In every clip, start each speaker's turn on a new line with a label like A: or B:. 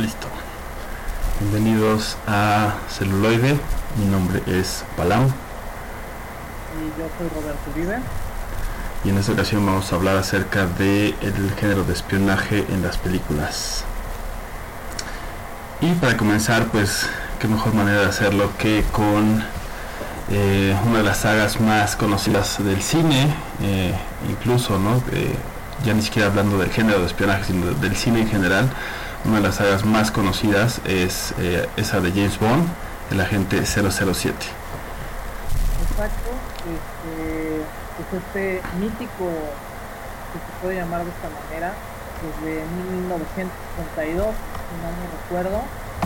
A: Listo. Bienvenidos a Celuloide. Mi nombre es Palam.
B: Y yo soy Roberto Uribe.
A: Y en esta ocasión vamos a hablar acerca del género de espionaje en las películas. Y para comenzar, pues, qué mejor manera de hacerlo que con una de las sagas más conocidas del cine, incluso, ¿no? Ya ni siquiera hablando del género de espionaje, sino del cine en general. Una de las sagas más conocidas es esa de James Bond, el agente 007.
B: Exacto, este mítico, que se puede llamar de esta manera, desde 1962, si mal no recuerdo.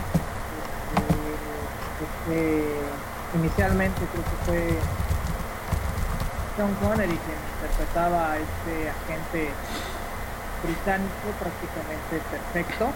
B: Inicialmente creo que fue Sean Connery quien interpretaba a este agente británico prácticamente perfecto,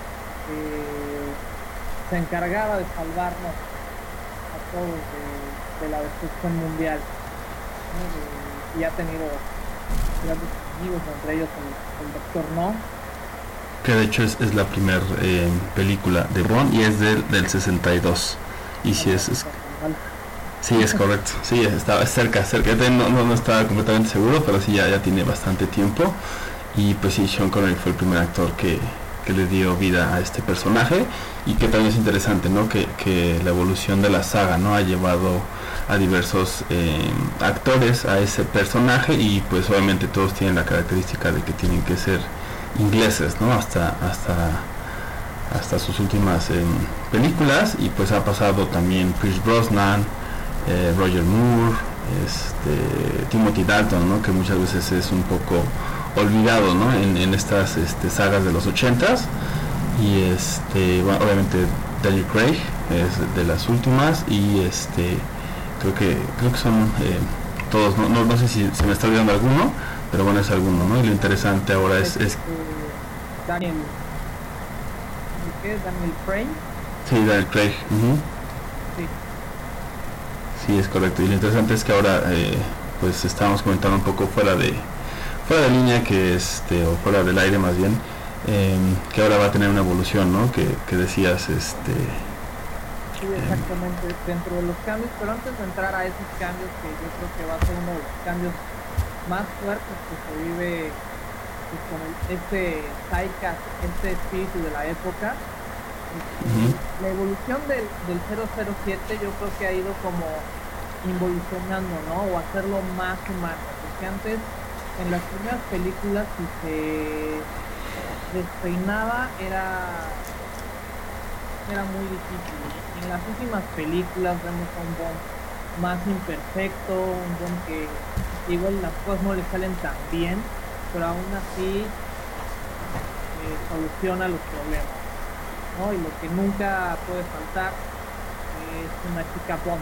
B: se encargaba de salvarnos a todos de la destrucción mundial, ¿no? Y ha tenido grandes amigos, entre ellos el Doctor No,
A: que de hecho es la primera película de Bond y es del 62. Y si sí, es correcto, sí, estaba cerca, no estaba completamente seguro, pero sí ya tiene bastante tiempo. Y pues sí, Sean Connery fue el primer actor que le dio vida a este personaje, y que también es interesante, ¿no? Que la evolución de la saga, ¿no? Ha llevado a diversos actores a ese personaje, y pues obviamente todos tienen la característica de que tienen que ser ingleses, ¿no? Hasta sus últimas películas. Y pues ha pasado también Pierce Brosnan, Roger Moore, Timothy Dalton, ¿no? Que muchas veces es un poco olvidado, ¿no? En estas sagas de los 80s. Y bueno, obviamente Daniel Craig es de las últimas, y creo que son todos, no sé si se me está olvidando alguno, pero bueno, es alguno, ¿no? Y lo interesante ahora es
B: Daniel Craig.
A: Sí, Daniel Craig. Sí, es correcto. Y lo interesante es que ahora pues estábamos comentando un poco fuera de línea, que o fuera del aire más bien, que ahora va a tener una evolución, ¿no? Que decías,
B: Sí, exactamente, dentro de los cambios, pero antes de entrar a esos cambios, que yo creo que va a ser uno de los cambios más fuertes que se vive, pues, con este zeitgeist, este espíritu de la época. La evolución del 007 yo creo que ha ido como involucionando, ¿no? O hacerlo más humano, porque antes en las primeras películas, si se despeinaba era muy difícil. En las últimas películas vemos a un Bond más imperfecto, un Bond que igual las cosas no le salen tan bien, pero aún así soluciona los problemas, ¿no? Y lo que nunca puede faltar es una chica Bond.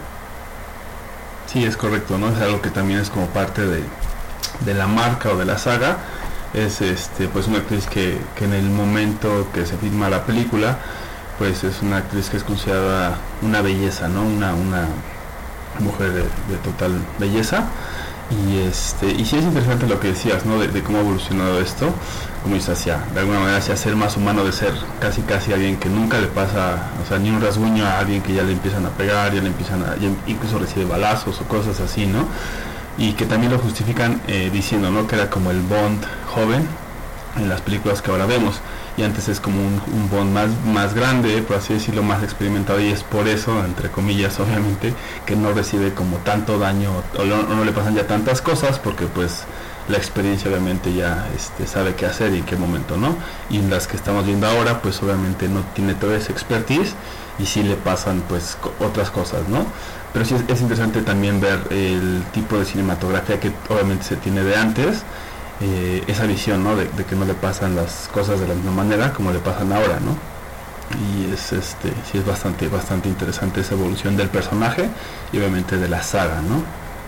A: Sí, es correcto, ¿no? Es algo que también es como parte de la marca o de la saga. Es pues una actriz que en el momento que se filma la película, pues es una actriz que es considerada una belleza, ¿no? Una mujer de total belleza. Y sí es interesante lo que decías, ¿no? De cómo ha evolucionado esto, como dices, de alguna manera hacia ser más humano, de ser casi alguien que nunca le pasa, o sea, ni un rasguño a alguien que ya le empiezan a pegar, ya incluso recibe balazos o cosas así, ¿no? Y que también lo justifican diciendo, ¿no? Que era como el Bond joven en las películas que ahora vemos, y antes es como un Bond más grande, por así decirlo, más experimentado, y es por eso, entre comillas, obviamente, que no recibe como tanto daño, o no le pasan ya tantas cosas, porque pues la experiencia obviamente ya sabe qué hacer y en qué momento, ¿no? Y en las que estamos viendo ahora, pues obviamente no tiene toda esa expertise, y sí le pasan pues otras cosas, ¿no? Pero sí es interesante también ver el tipo de cinematografía que obviamente se tiene de antes, esa visión, ¿no? De que no le pasan las cosas de la misma manera como le pasan ahora, ¿no? Y sí es bastante interesante esa evolución del personaje y obviamente de la saga, ¿no?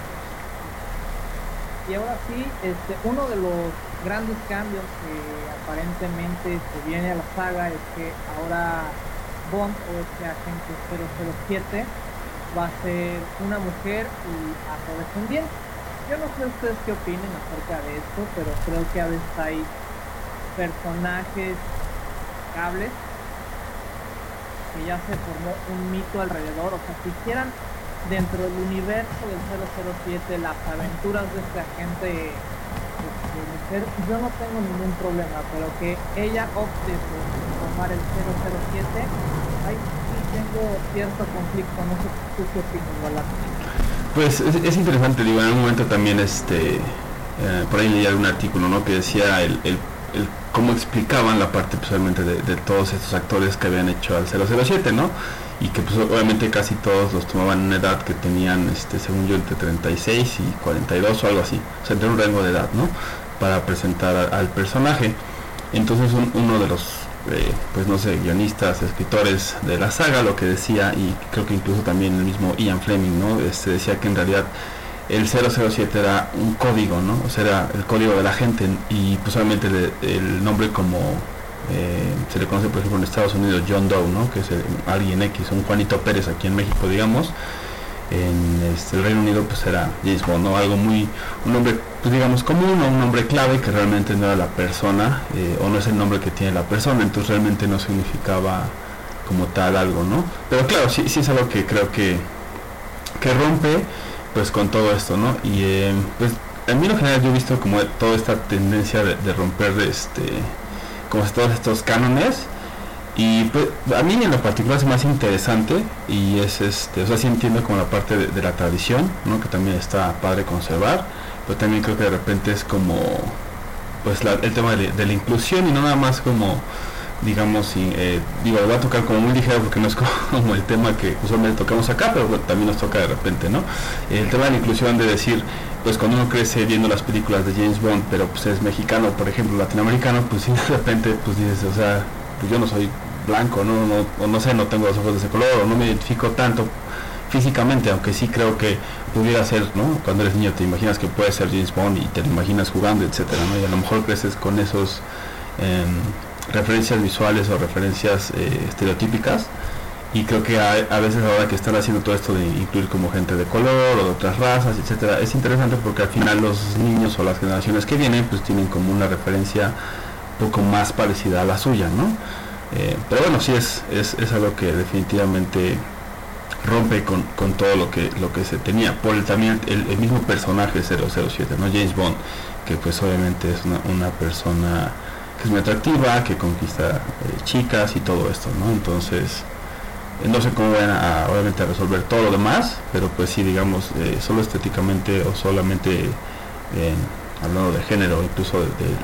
B: Y ahora sí, uno de los grandes cambios que aparentemente se viene a la saga es que ahora Bond, o este agente 007, va a ser una mujer y afrodescendiente. Yo no sé ustedes qué opinen acerca de esto, pero creo que a veces hay personajes cables que ya se formó un mito alrededor. O sea, si hicieran dentro del universo del 007 las aventuras de este agente mujer, yo no tengo ningún problema, pero que ella opte por tomar el 007, ahí sí tengo cierto conflicto. No sé tú qué opinas, Balán.
A: Pues es interesante, digo, en un momento también por ahí leí algún artículo, ¿no?, que decía el cómo explicaban la parte personalmente de todos estos actores que habían hecho al 007, ¿no? Y que pues obviamente casi todos los tomaban en una edad que tenían, según yo, entre 36 y 42 o algo así, o sea, entre un rango de edad, ¿no?, para presentar al personaje. Entonces uno de los, pues no sé, guionistas, escritores de la saga, lo que decía, y creo que incluso también el mismo Ian Fleming, ¿no?, decía que en realidad el 007 era un código, ¿no? O sea, era el código de la gente, y pues obviamente el nombre como se le conoce, por ejemplo, en Estados Unidos, John Doe, ¿no?, que es alguien X, un Juanito Pérez aquí en México, digamos. En el Reino Unido pues era James Bond, ¿no?, algo un nombre, pues digamos, común, o un nombre clave que realmente no era la persona, o no es el nombre que tiene la persona, entonces realmente no significaba como tal algo, ¿no? Pero claro, sí es algo que creo que rompe pues con todo esto, ¿no? Y pues a mí en lo general yo he visto como toda esta tendencia de romper como todos estos cánones, y pues a mí en lo particular es más interesante, y es o sea, sí entiendo como la parte de la tradición, ¿no?, que también está padre conservar, pero también creo que de repente es como pues el tema de la inclusión, y no nada más como, digamos, digo, lo voy a tocar como muy ligero porque no es como el tema que usualmente tocamos acá, pero bueno, también nos toca de repente, ¿no? El tema de la inclusión, de decir, pues cuando uno crece viendo las películas de James Bond, pero pues es mexicano, por ejemplo, latinoamericano, pues sí, de repente pues dices, o sea, pues yo no soy blanco, o no sé, no tengo los ojos de ese color, o no me identifico tanto físicamente, aunque sí creo que pudiera ser, ¿no? Cuando eres niño te imaginas que puede ser James Bond y te lo imaginas jugando, etcétera, ¿no? Y a lo mejor creces con esos referencias visuales o referencias estereotípicas, y creo que a veces ahora que están haciendo todo esto de incluir como gente de color o de otras razas, etcétera, es interesante porque al final los niños o las generaciones que vienen pues tienen como una referencia un poco más parecida a la suya, ¿no? Pero bueno, sí es algo que definitivamente rompe con todo lo que se tenía, por también el mismo personaje 007, ¿no?, James Bond, que pues obviamente es una persona que es muy atractiva, que conquista chicas y todo esto, ¿no? Entonces no sé cómo van obviamente a resolver todo lo demás, pero pues sí, digamos, solo estéticamente o solamente hablando de género, incluso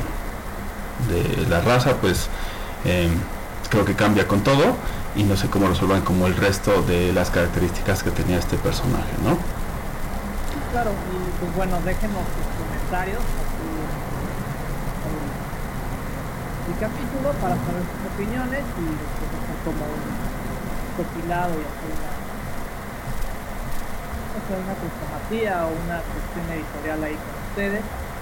A: de la raza, pues creo que cambia con todo, y no sé cómo resuelvan como el resto de las características que tenía este personaje, ¿no?
B: Claro, y pues bueno, déjenos sus comentarios el capítulo para saber sus opiniones, y después hacer como un compilado y hacer una cromatía o una cuestión editorial ahí con ustedes.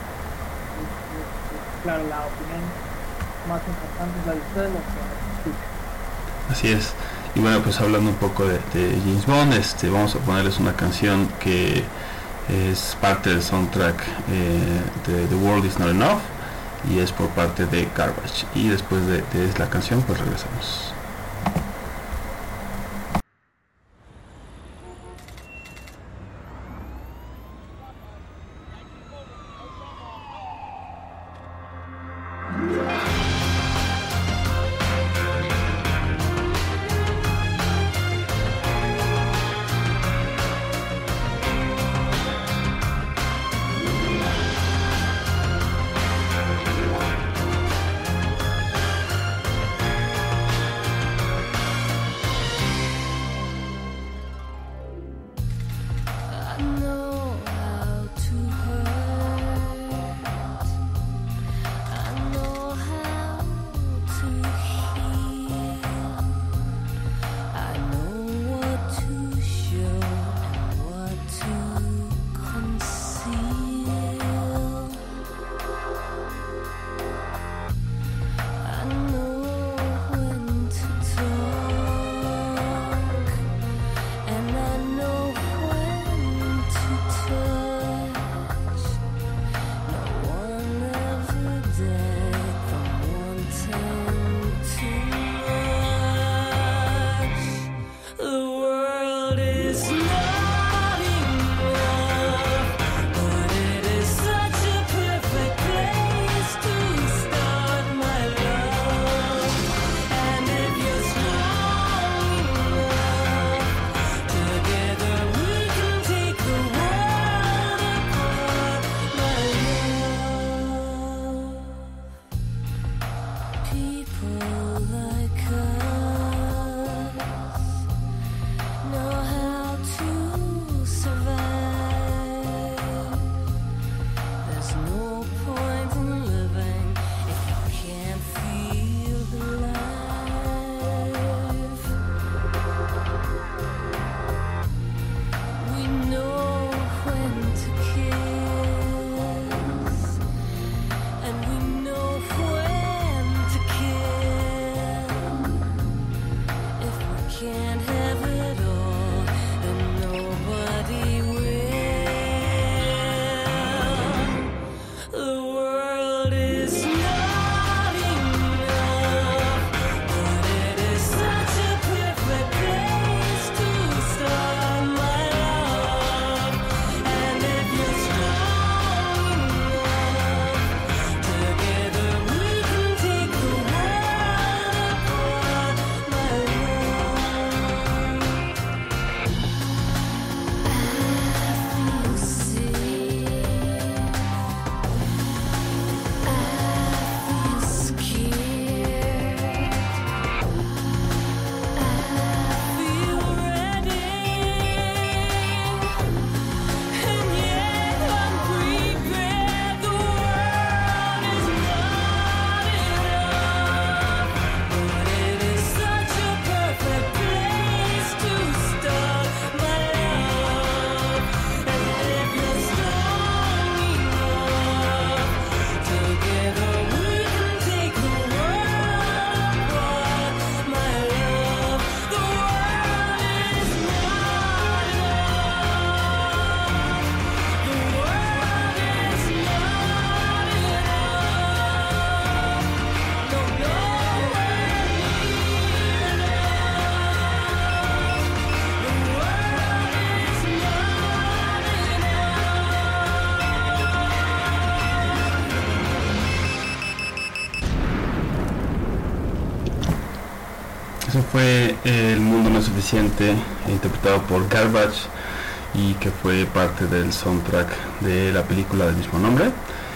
B: Claro, la opinión más importante es la de ustedes, los que nos escuchan.
A: Así es. Y bueno, pues hablando un poco de James Bond, vamos a ponerles una canción que es parte del soundtrack de The World Is Not Enough, y es por parte de Garbage, y después de la canción pues regresamos. Eso fue El mundo no es suficiente, interpretado por Garbage, y que fue parte del soundtrack de la película del mismo nombre.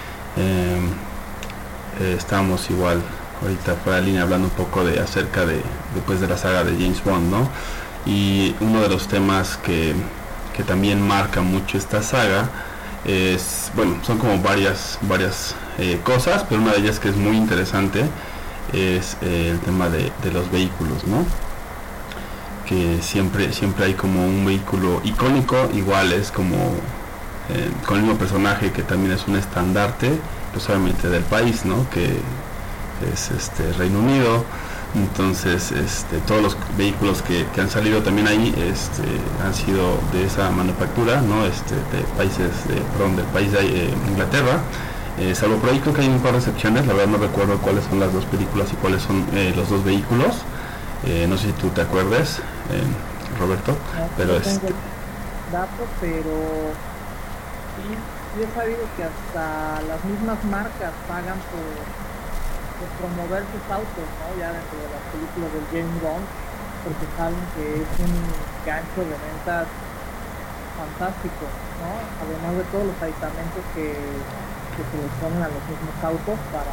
A: Estábamos igual ahorita fuera de línea hablando un poco acerca de la saga de James Bond, ¿no? Y uno de los temas que también marca mucho esta saga es, bueno, son como varias cosas, pero una de ellas que es muy interesante es el tema de los vehículos, ¿no? Que siempre hay como un vehículo icónico, igual es como con el mismo personaje que también es un estandarte, pues obviamente del país, ¿no? Que es Reino Unido. Entonces todos los vehículos que han salido también ahí han sido de esa manufactura, ¿no? De países del país de Inglaterra. Salvo por ahí creo que hay un par de excepciones, la verdad no recuerdo cuáles son las dos películas y cuáles son los dos vehículos. No sé si tú te acuerdes, Roberto,
B: no,
A: pero
B: no tengo datos, pero sí he sabido que hasta las mismas marcas pagan por promover sus autos, ¿no? Ya dentro de las películas del James Bond, porque saben que es un gancho de ventas fantástico, ¿no? Además de todos los aditamentos que se les ponen a los mismos autos para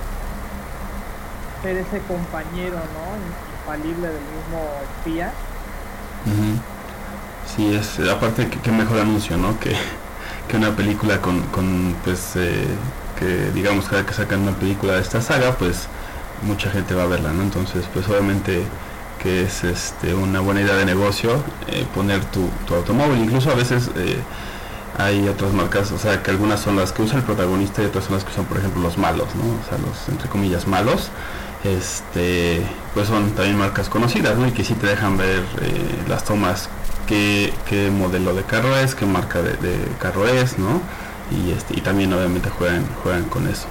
B: ser ese compañero, ¿no? Infalible del mismo espía.
A: Uh-huh. Sí, aparte que mejor anuncio, ¿no? Que una película con pues que digamos cada que sacan una película de esta saga, pues mucha gente va a verla, ¿no? Entonces pues obviamente que es una buena idea de negocio poner tu automóvil. Incluso a veces hay otras marcas, o sea, que algunas son las que usa el protagonista y otras son las que son, por ejemplo, los malos, ¿no? O sea, los entre comillas malos, pues son también marcas conocidas, ¿no? Y que sí te dejan ver las tomas, qué modelo de carro es, qué marca de carro es, ¿no? Y también obviamente juegan con eso.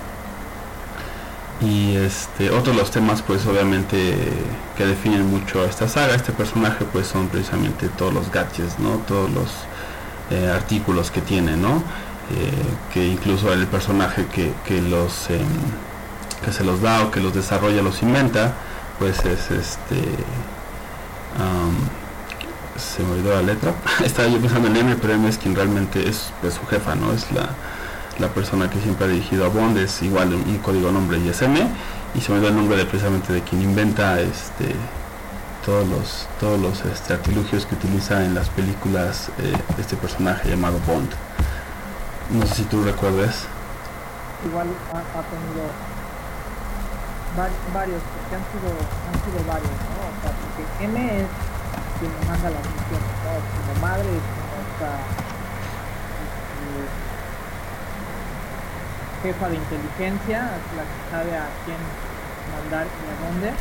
A: Y otros de los temas, pues obviamente que definen mucho a esta saga, este personaje, pues son precisamente todos los gadgets, ¿no? Todos los artículos que tiene, ¿no? Que incluso el personaje que se los da o que los desarrolla, los inventa, pues es se me olvidó la letra. Estaba yo pensando en M, pero M es quien realmente es pues, su jefa, ¿no? Es la persona que siempre ha dirigido a Bond, es igual un código nombre y es M, y se me da el nombre de precisamente de quien inventa todos los artilugios que utiliza en las películas este personaje llamado Bond. No sé si tú recuerdas.
B: Igual ha tenido varios, porque han sido varios, ¿no? O sea, porque M es quien le manda las misiones, ¿no? Como madre es como esta jefa de inteligencia, es la que sabe a quién mandar y a dónde.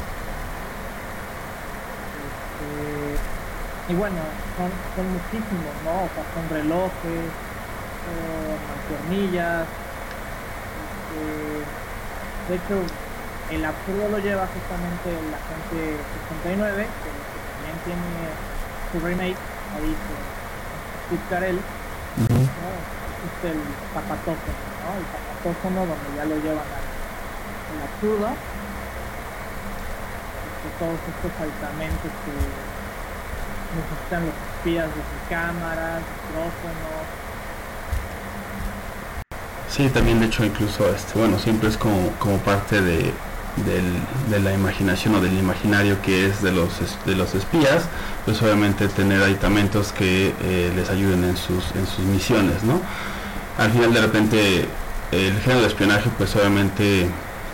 B: Y bueno, son muchísimos, ¿no? O sea, son relojes, son mancuernillas. De hecho, el absurdo lo lleva justamente el agente 69, que también tiene su remake, ahí con Steve Carell, ¿no? Es el zapatófono, ¿no? El zapatófono donde ya lo llevan al absurdo. Todos estos aditamentos que necesitan los espías desde cámaras, micrófonos.
A: Sí, también de hecho incluso bueno, siempre es como parte de la imaginación o del imaginario que es de los espías, pues obviamente tener aditamentos que les ayuden en sus misiones, ¿no? Al final de repente el género de espionaje pues obviamente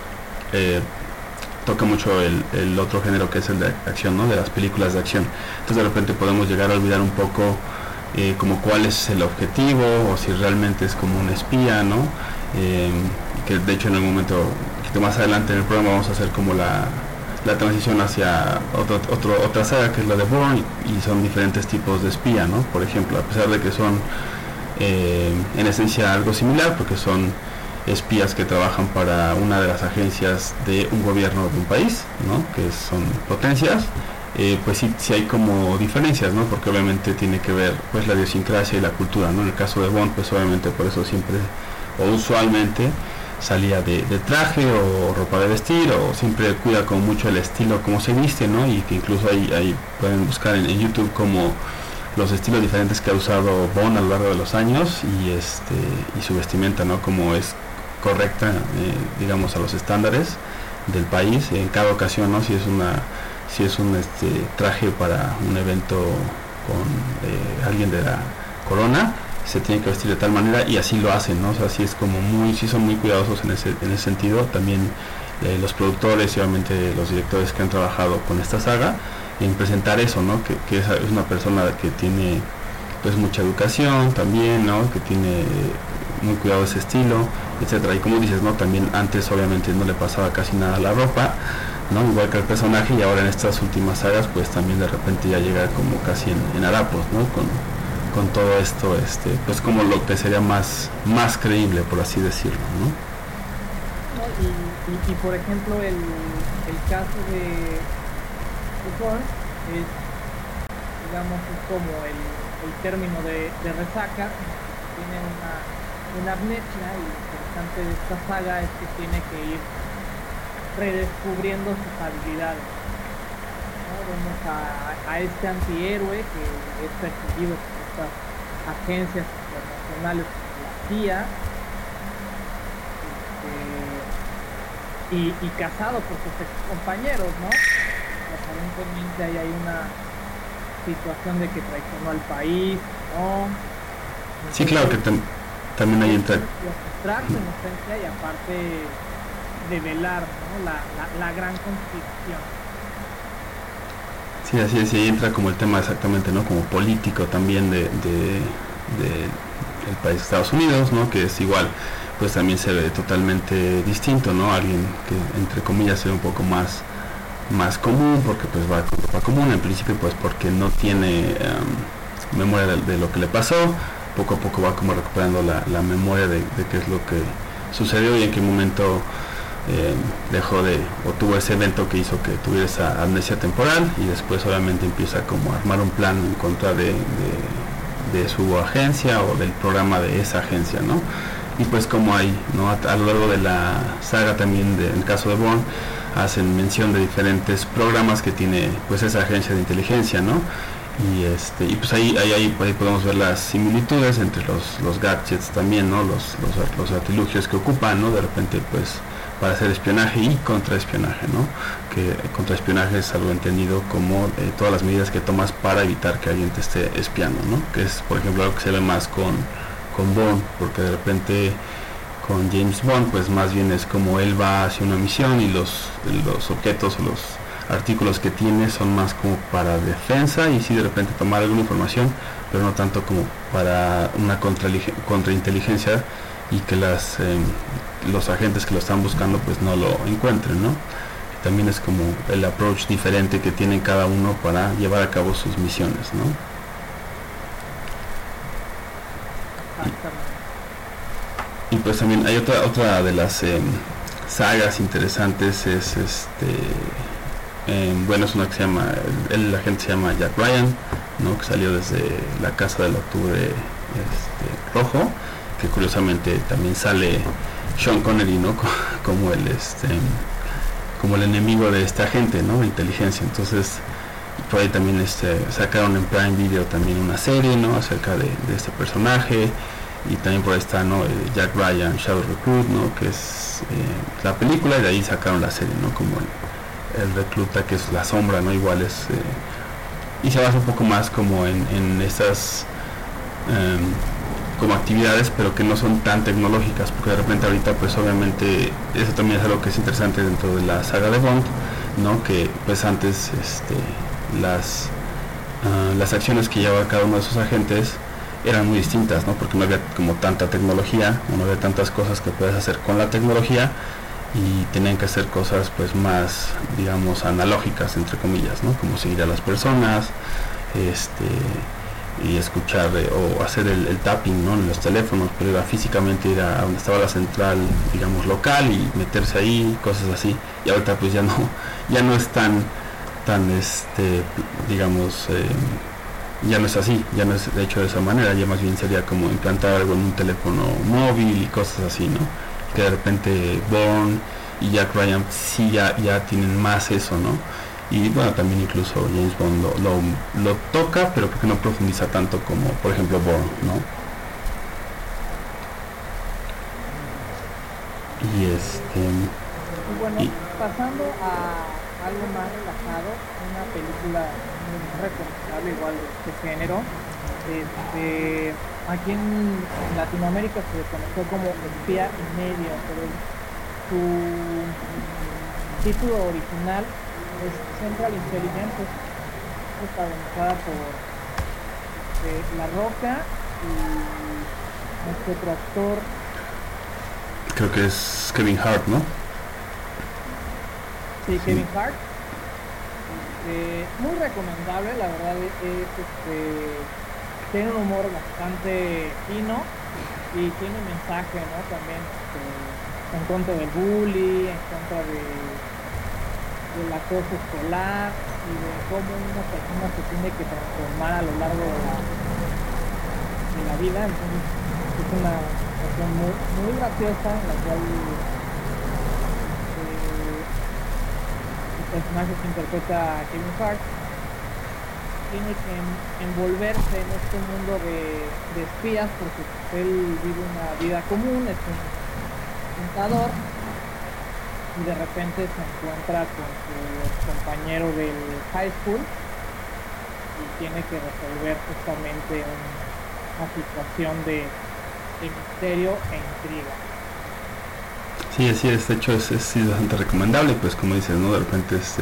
A: toca mucho el otro género que es el de acción, ¿no? De las películas de acción. Entonces de repente podemos llegar a olvidar un poco como cuál es el objetivo o si realmente es como un espía, ¿no? Que de hecho en algún momento, un poquito más adelante en el programa, vamos a hacer como la transición hacia otra saga que es la de Bourne, y son diferentes tipos de espía, ¿no? Por ejemplo, a pesar de que son en esencia algo similar, porque son espías que trabajan para una de las agencias de un gobierno de un país, ¿no? Que son potencias, pues sí hay como diferencias, ¿no? Porque obviamente tiene que ver pues la idiosincrasia y la cultura, ¿no? En el caso de Bond, pues obviamente por eso siempre o usualmente salía de traje o ropa de vestir, o siempre cuida como mucho el estilo como se viste, ¿no? Y que incluso ahí pueden buscar en YouTube como los estilos diferentes que ha usado Bond a lo largo de los años, y su vestimenta, ¿no? Como es correcta, digamos, a los estándares del país en cada ocasión, ¿no? Si es un traje para un evento con alguien de la corona, se tiene que vestir de tal manera, y así lo hacen, ¿no? O sea, sí es como sí son muy cuidadosos en ese sentido. También los productores y obviamente los directores que han trabajado con esta saga en presentar eso, ¿no? Que es una persona que tiene pues mucha educación también, ¿no? Que tiene muy cuidado ese estilo, etcétera. Y como dices, ¿no? También antes obviamente no le pasaba casi nada a la ropa, ¿no? Igual que al personaje, y ahora en estas últimas sagas pues también de repente ya llega como casi en harapos, ¿no? Con todo esto, pues como lo que sería más creíble, por así decirlo, ¿no?
B: Y por ejemplo el caso de Bond es, digamos, es como el término de resaca. Tiene una amnesia, y lo interesante de esta saga es que tiene que ir redescubriendo sus habilidades, ¿no? Vemos a este antihéroe que es perseguido por estas agencias internacionales como la CIA, y casado por sus ex compañeros, ¿no? Aparentemente ahí hay una situación de que traicionó al país, ¿no? Entonces,
A: sí, claro que también ahí entra
B: mostrar su inocencia y aparte develar, ¿no? la gran conspiración.
A: Sí, así es, y ahí entra como el tema exactamente, ¿no? Como político también del país de Estados Unidos, ¿no? Que es igual, pues también se ve totalmente distinto, ¿no? Alguien que entre comillas se ve un poco más común, porque pues va con ropa común en principio, pues porque no tiene memoria de lo que le pasó. Poco a poco va como recuperando la memoria de qué es lo que sucedió y en qué momento dejó o tuvo ese evento que hizo que tuviera esa amnesia temporal, y después obviamente empieza como a armar un plan en contra de su agencia o del programa de esa agencia, ¿no? Y pues como hay, ¿no? A lo largo de la saga también, en el caso de Bond, hacen mención de diferentes programas que tiene pues esa agencia de inteligencia, ¿no? Y pues ahí podemos ver las similitudes entre los gadgets también, ¿no? Los artilugios que ocupan, ¿no? De repente pues para hacer espionaje y contraespionaje, ¿no? Que contraespionaje es algo entendido como todas las medidas que tomas para evitar que alguien te esté espiando, ¿no? Que es, por ejemplo, algo que se ve más con Bond, porque de repente con James Bond pues más bien es como él va hacia una misión y los objetos o los artículos que tiene son más como para defensa y sí de repente tomar alguna información, pero no tanto como para una contrainteligencia y que los agentes que lo están buscando pues no lo encuentren, ¿no? También es como el approach diferente que tienen cada uno para llevar a cabo sus misiones, ¿no? Y pues también hay otra de las sagas interesantes es bueno, es una que se llama, el agente se llama Jack Ryan, ¿no? Que salió desde La Casa del Octubre Rojo, que curiosamente también sale Sean Connery, ¿no? como el enemigo de este agente, ¿no? De inteligencia. Entonces por ahí también sacaron en Prime Video también una serie, ¿no? Acerca de este personaje. Y también por ahí está, ¿no? Jack Ryan Shadow Recruit, ¿no? Que es la película, y de ahí sacaron la serie, ¿no? Como el recluta, que es la sombra, ¿no? Igual es y se basa un poco más como en estas como actividades, pero que no son tan tecnológicas, porque de repente ahorita pues obviamente eso también es algo que es interesante dentro de la saga de Bond, ¿no? Que pues antes las acciones que llevaba cada uno de sus agentes eran muy distintas, ¿no? Porque no había como tanta tecnología, no había tantas cosas que puedes hacer con la tecnología y tenían que hacer cosas pues más, digamos, analógicas, entre comillas, ¿no? Como seguir a las personas, y escuchar o hacer el tapping, ¿no? En los teléfonos, pero era físicamente ir a donde estaba la central, digamos, local y meterse ahí, cosas así. Y ahorita pues ya no es tan digamos, ya no es así, ya no es de hecho de esa manera, ya más bien sería como implantar algo en un teléfono móvil y cosas así, ¿no? Que de repente Bourne y Jack Ryan sí ya tienen más eso, ¿no? Y bueno, también incluso James Bond lo toca, pero creo que no profundiza tanto como por ejemplo Bourne, ¿no?
B: Y bueno, pasando a algo más relajado, una película muy recomendable igual de este género. Aquí en Latinoamérica se conoció como Espía y Medio, pero su título original es Central Intelligence, protagonizada por La Roca y este otro actor.
A: Creo que es Kevin Hart, ¿no?
B: Sí, Kevin Hart. Muy recomendable, la verdad tiene un humor bastante fino y tiene un mensaje, ¿no? También en contra del bullying, en contra del acoso escolar y de cómo una persona se tiene que transformar a lo largo de la vida. Entonces es una cuestión muy graciosa, en la cual personaje que interpreta a Kevin Hart tiene que envolverse en este mundo de espías, porque él vive una vida común, es un contador, y de repente se encuentra con su compañero del high school y tiene que resolver justamente una situación de misterio e intriga.
A: Sí, así es, de hecho es bastante recomendable, pues como dices, ¿no? De repente es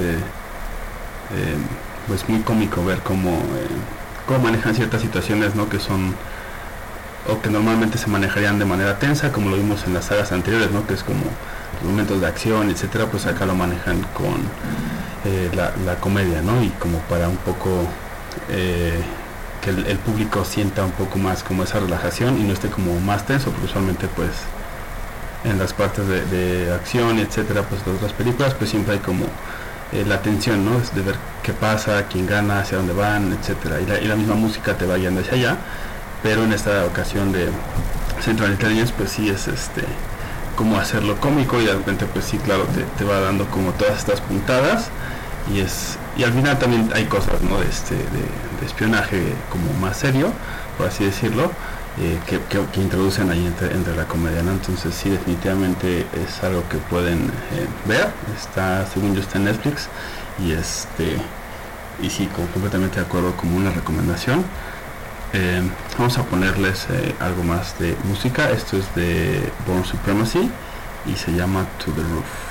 A: pues muy cómico ver cómo manejan ciertas situaciones, ¿no? Que son, o que normalmente se manejarían de manera tensa, como lo vimos en las sagas anteriores, ¿no? Que es como los momentos de acción, etcétera, pues acá lo manejan con la comedia, ¿no? Y como para un poco que el público sienta un poco más como esa relajación y no esté como más tenso, porque usualmente pues en las partes de acción, etcétera, pues las otras películas pues siempre hay como la tensión, ¿no? Es de ver qué pasa, quién gana, hacia dónde van, etcétera, y la misma música te va guiando hacia allá, pero en esta ocasión de Central Intelligence pues sí es como hacerlo cómico y de repente pues sí, claro, te va dando como todas estas puntadas y al final también hay cosas, ¿no? de espionaje como más serio, por así decirlo, que introducen ahí entre la comedia, ¿no? Entonces sí, definitivamente es algo que pueden ver. Está, según yo, está en Netflix y sí, completamente de acuerdo, como una recomendación. Vamos a ponerles algo más de música. Esto es de Born Supremacy y se llama To the Roof.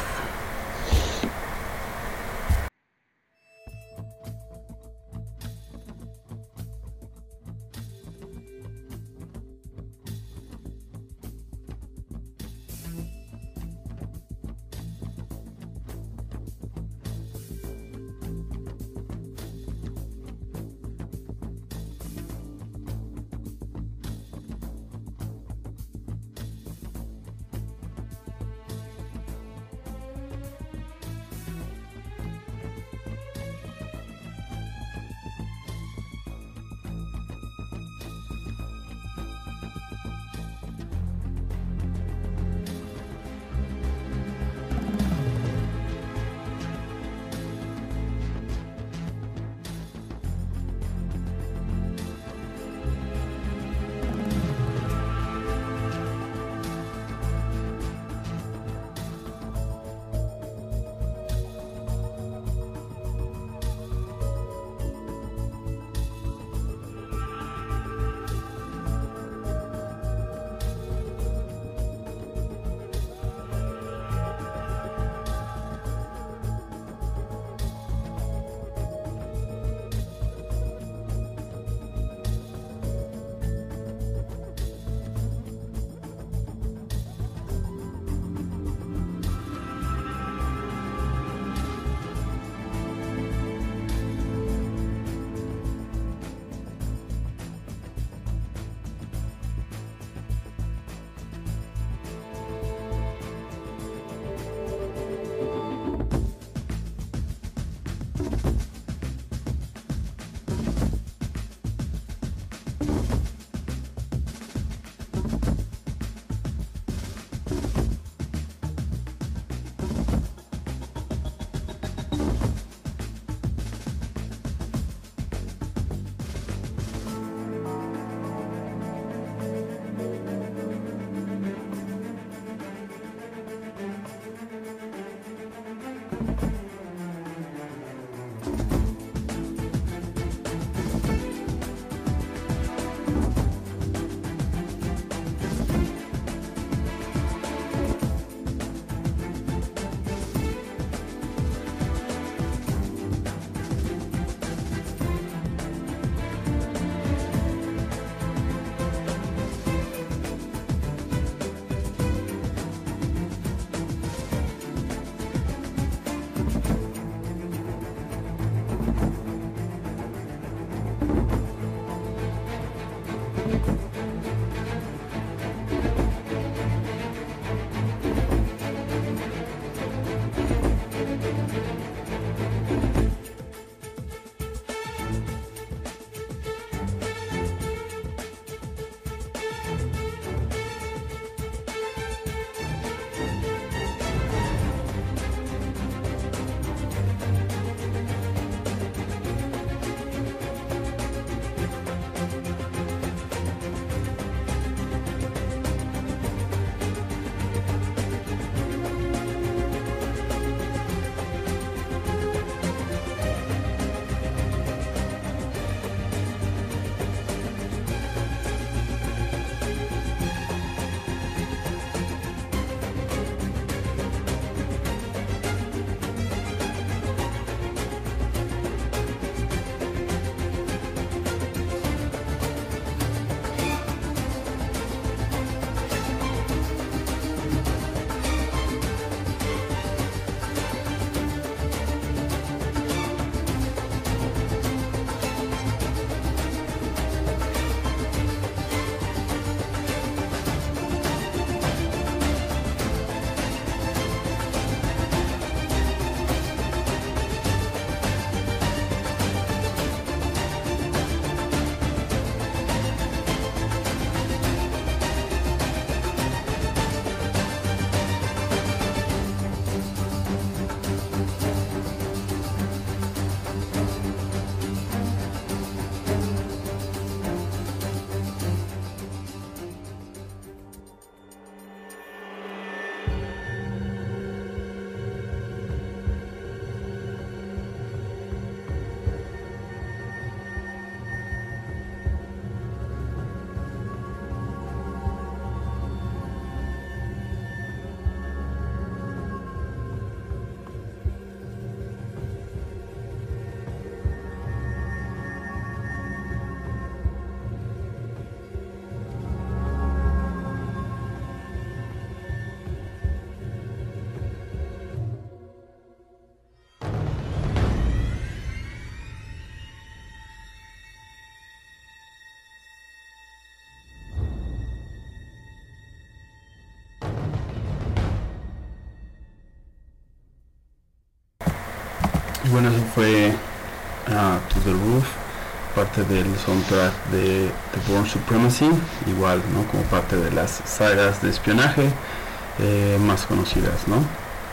A: Y bueno, eso fue To the Roof, parte del soundtrack de The Bourne Supremacy, igual, ¿no? Como parte de las sagas de espionaje más conocidas, ¿no?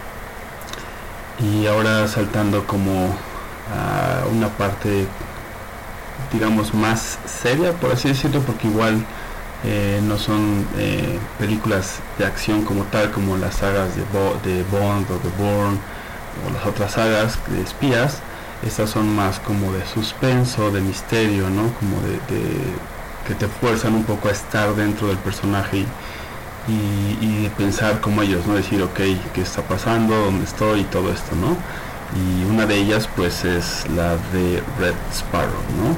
A: Y ahora saltando como a una parte, digamos, más seria, por así decirlo, porque igual no son películas de acción como tal, como las sagas de Bond o de Bourne o las otras sagas de espías. Estas son más como de suspenso, de misterio, ¿no? Como de que te fuerzan un poco a estar dentro del personaje y de pensar como ellos, ¿no? Decir, ok, ¿qué está pasando? ¿Dónde estoy? Y todo esto, ¿no? Y una de ellas pues es la de Red Sparrow, ¿no?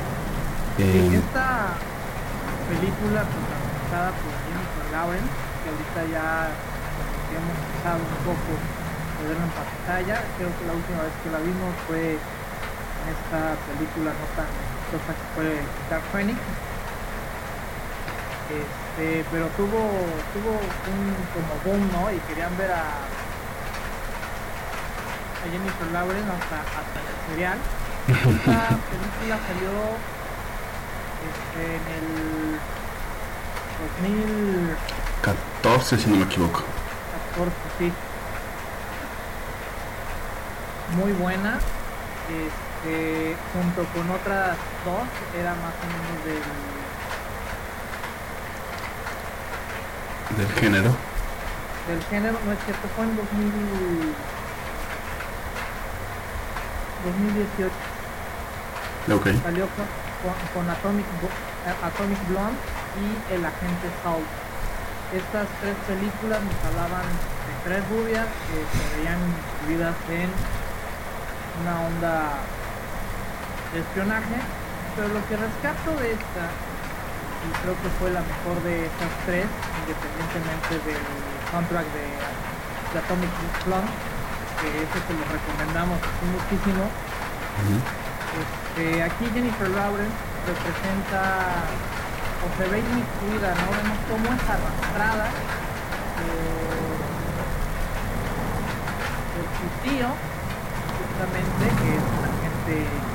B: Esta película protagonizada por Jennifer Lawrence, que ahorita ya hemos empezado un poco de verla en pantalla. Creo que la última vez que la vimos fue en esta película no tan exitosa que fue Dark Phoenix. Pero tuvo un como boom, ¿no? Y querían ver a Jennifer Lawrence hasta en el serial. Esta película salió en el
A: 2014, si no me equivoco.
B: 14, sí. Muy buena. Junto con otras dos, era más o menos
A: del género.
B: Del género, no es cierto, fue en 2018.
A: Okay.
B: Salió con Atomic Blonde y El Agente Salt. Estas tres películas nos hablaban de tres rubias que se veían incluidas en una onda de espionaje, pero lo que rescato de esta, y creo que fue la mejor de estas tres, independientemente del soundtrack de Atomic Blonde, que ese se lo recomendamos muchísimo. Aquí Jennifer Lawrence representa o se ve inmiscuida, ¿no? Vemos cómo es arrastrada por su tío, justamente, que es un agente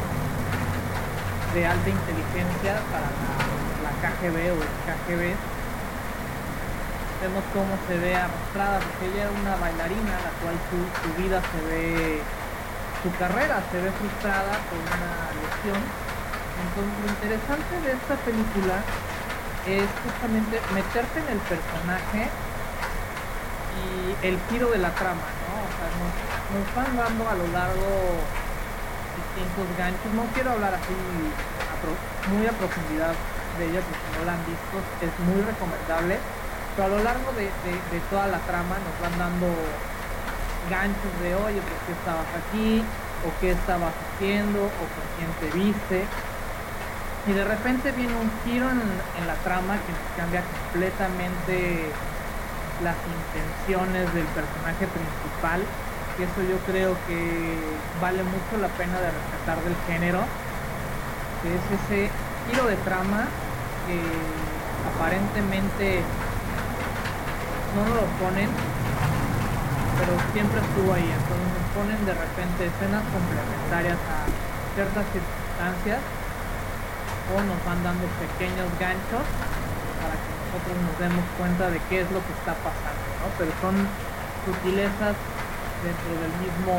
B: de alta inteligencia para la KGB o el KGB. Vemos cómo se ve arrastrada, porque ella era una bailarina, la cual su vida su carrera se ve frustrada por una lesión. Entonces lo interesante de esta película es justamente meterte en el personaje y el giro de la trama, ¿no? O sea, nos van dando a lo largo distintos ganchos. No quiero hablar así muy a profundidad de ella, porque si no la han visto es muy recomendable, pero a lo largo de toda la trama nos van dando ganchos de, oye, ¿por qué estabas aquí? ¿O qué estabas haciendo? ¿O con quién te viste? Y de repente viene un giro en la trama que nos cambia completamente las intenciones del personaje principal, que eso yo creo que vale mucho la pena de rescatar del género, que es ese giro de trama que aparentemente no nos lo ponen, pero siempre estuvo ahí. Entonces nos ponen de repente escenas complementarias a ciertas circunstancias, o nos van dando pequeños ganchos para que nosotros nos demos cuenta de qué es lo que está pasando, ¿no? Pero son sutilezas dentro del mismo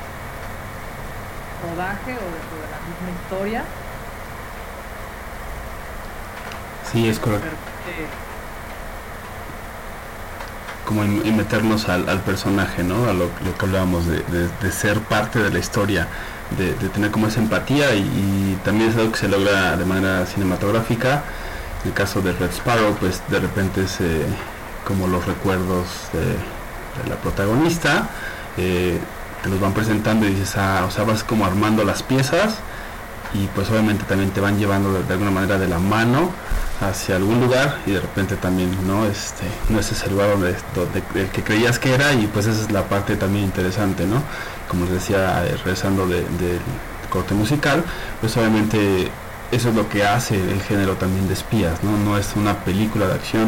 B: rodaje o dentro de la misma historia.
A: Sí, es correcto. Como en meternos al personaje, ¿no? A lo que hablábamos de ser parte de la historia, de tener como esa empatía, y también es algo que se logra de manera cinematográfica. En el caso de Red Sparrow, pues de repente es como los recuerdos de la protagonista, te los van presentando y dices, o sea, vas como armando las piezas, y pues obviamente también te van llevando de alguna manera de la mano hacia algún lugar, y de repente también no es ese lugar donde el que creías que era, y pues esa es la parte también interesante, ¿no? Como les decía, regresando del corte musical, pues obviamente eso es lo que hace el género también de espías, ¿no? No es una película de acción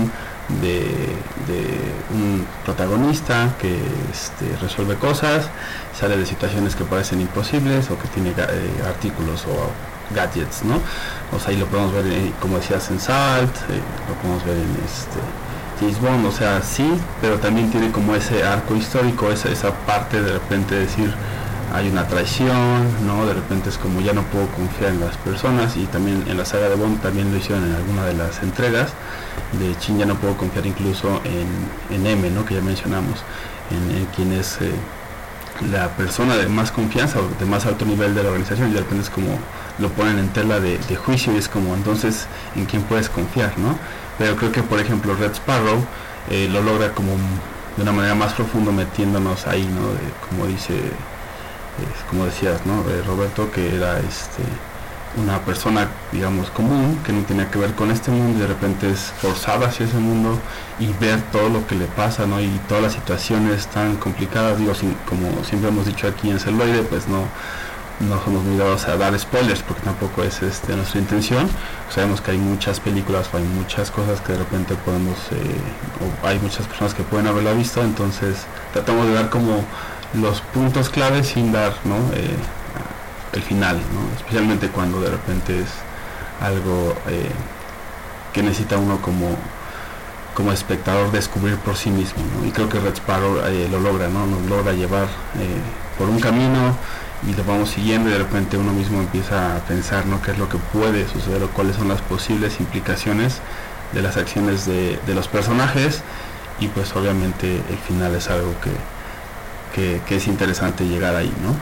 A: de un protagonista que resuelve cosas, sale de situaciones que parecen imposibles o que tiene artículos o gadgets, ¿no? O sea, ahí lo podemos ver, como decías, en Salt, lo podemos ver en James Bond, o sea, sí, pero también tiene como ese arco histórico, esa parte de repente decir, hay una traición, ¿no? De repente es como ya no puedo confiar en las personas, y también en la saga de Bond también lo hicieron en alguna de las entregas, de chin, ya no puedo confiar incluso en M, ¿no? Que ya mencionamos, en quien es la persona de más confianza o de más alto nivel de la organización, y de repente es como lo ponen en tela de juicio, y es como entonces en quién puedes confiar, ¿no? Pero creo que por ejemplo Red Sparrow lo logra como de una manera más profunda, metiéndonos ahí, ¿no? Como dice, como decías, ¿no? Roberto, que era una persona, digamos, común, que no tenía que ver con este mundo, y de repente es forzada hacia ese mundo, y ver todo lo que le pasa, ¿no? Y todas las situaciones tan complicadas, digo, como siempre hemos dicho aquí en Celoide, pues no somos muy dados a dar spoilers, porque tampoco es nuestra intención. Sabemos que hay muchas películas o hay muchas cosas que de repente podemos, o hay muchas personas que pueden haberla visto, entonces tratamos de dar como los puntos claves sin dar, ¿no? El final, ¿no? Especialmente cuando de repente es algo que necesita uno como espectador descubrir por sí mismo, ¿no? Y creo que Red Sparrow lo logra, ¿no? Nos logra llevar por un camino, y lo vamos siguiendo, y de repente uno mismo empieza a pensar, ¿no? Qué es lo que puede suceder o cuáles son las posibles implicaciones de las acciones de los personajes, y pues obviamente el final es algo que es interesante llegar ahí, ¿no?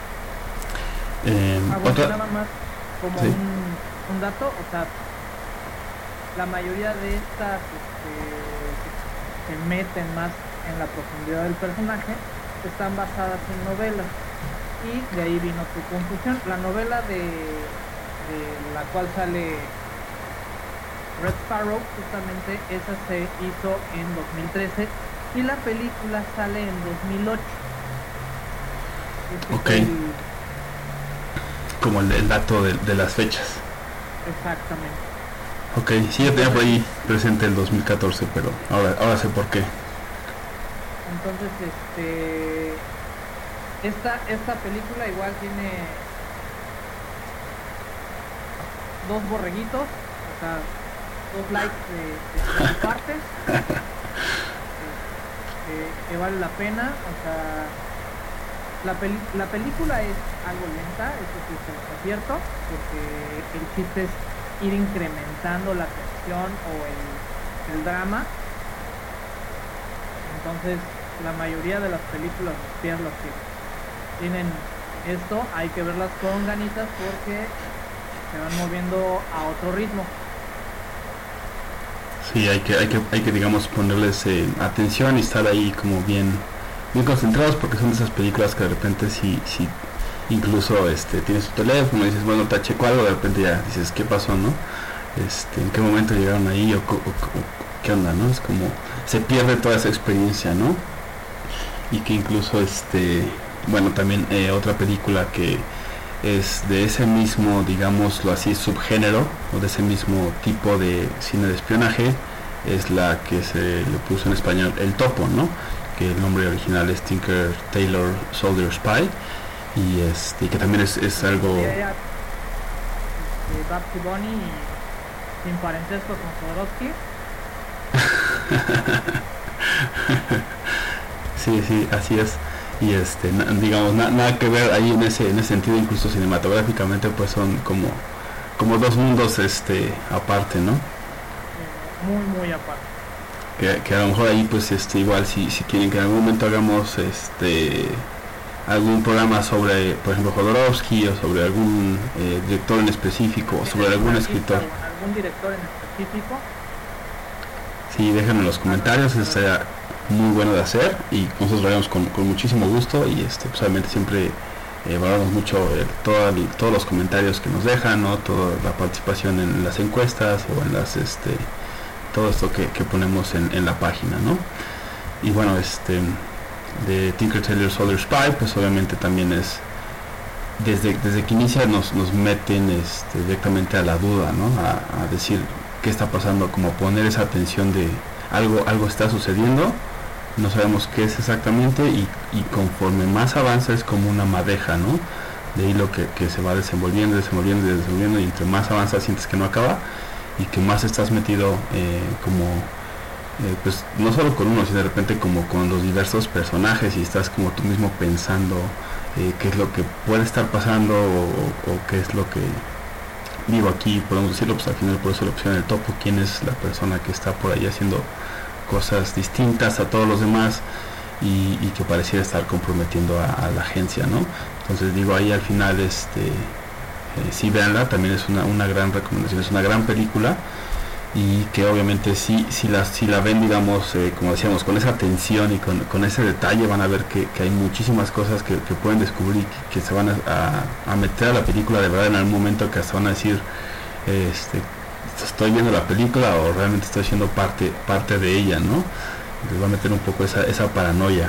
B: Nada más como
A: ¿sí?
B: un dato, o sea, la mayoría de estas que se meten más en la profundidad del personaje están basadas en novelas, y de ahí vino tu confusión. La novela de la cual sale Red Sparrow, justamente esa se hizo en 2013, y la película sale en 2008.
A: Ok. Como el dato de las fechas.
B: Exactamente.
A: Ok, sí, ya tenía por ahí presente el 2014, pero ahora sé por qué.
B: Entonces, esta película igual tiene dos borreguitos, o sea, 2 likes de su parte, que vale la pena. O sea, la película es algo lenta, eso sí es cierto, porque el chiste es ir incrementando la tensión o el drama. Entonces, la mayoría de las películas las que tienen esto, hay que verlas con ganitas, porque se van moviendo a otro ritmo.
A: Sí, hay que digamos ponerles atención y estar ahí como bien concentrados, porque son de esas películas que de repente si incluso tienes tu teléfono y dices, bueno, te checo algo, de repente ya dices, ¿qué pasó, no? ¿En qué momento llegaron ahí, o qué onda, no? Es como se pierde toda esa experiencia, ¿no? Y que incluso bueno, también otra película que es de ese mismo, digámoslo así, subgénero, o de ese mismo tipo de cine de espionaje, es la que se le puso en español El Topo, ¿no? Que el nombre original es Tinker Tailor Soldier Spy, y que también es algo...
B: Babsy Bunny, sin parentesco con Jodorowsky.
A: Sí, así es. Y digamos, nada que ver ahí en ese sentido, incluso cinematográficamente, pues son como dos mundos aparte, ¿no?
B: Muy aparte.
A: Que a lo mejor ahí pues igual si quieren que en algún momento hagamos algún programa sobre, por ejemplo, Jodorowsky, o sobre algún director en específico, o sobre algún escritor,
B: algún director en específico,
A: sí, déjenme en los comentarios, eso sería muy bueno de hacer, y nosotros lo haremos con muchísimo gusto. Y pues obviamente siempre valoramos mucho todos los comentarios que nos dejan, ¿no? Toda la participación en las encuestas, o en las todo esto que ponemos en la página, ¿no? Y bueno, de Tinker Tailor Soldier Spy, pues obviamente también es desde que inicia nos meten directamente a la duda, ¿no? A decir qué está pasando, como poner esa atención de algo está sucediendo, no sabemos qué es exactamente, y conforme más avanza es como una madeja, ¿no? De hilo que se va desenvolviendo, y entre más avanza sientes que no acaba, y que más estás metido pues no solo con uno, sino de repente como con los diversos personajes, y estás como tú mismo pensando qué es lo que puede estar pasando, o qué es lo que, digo, aquí podemos decirlo, pues al final por eso la opción del topo, quién es la persona que está por ahí haciendo cosas distintas a todos los demás, y que pareciera estar comprometiendo a la agencia, ¿no? Entonces digo, ahí al final sí, véanla, también es una gran recomendación, es una gran película, y que obviamente si la ven, digamos, como decíamos, con esa atención y con ese detalle, van a ver que hay muchísimas cosas que pueden descubrir, que se van a meter a la película de verdad en algún momento, que hasta van a decir, estoy viendo la película o realmente estoy siendo parte de ella, ¿no? Les va a meter un poco esa paranoia.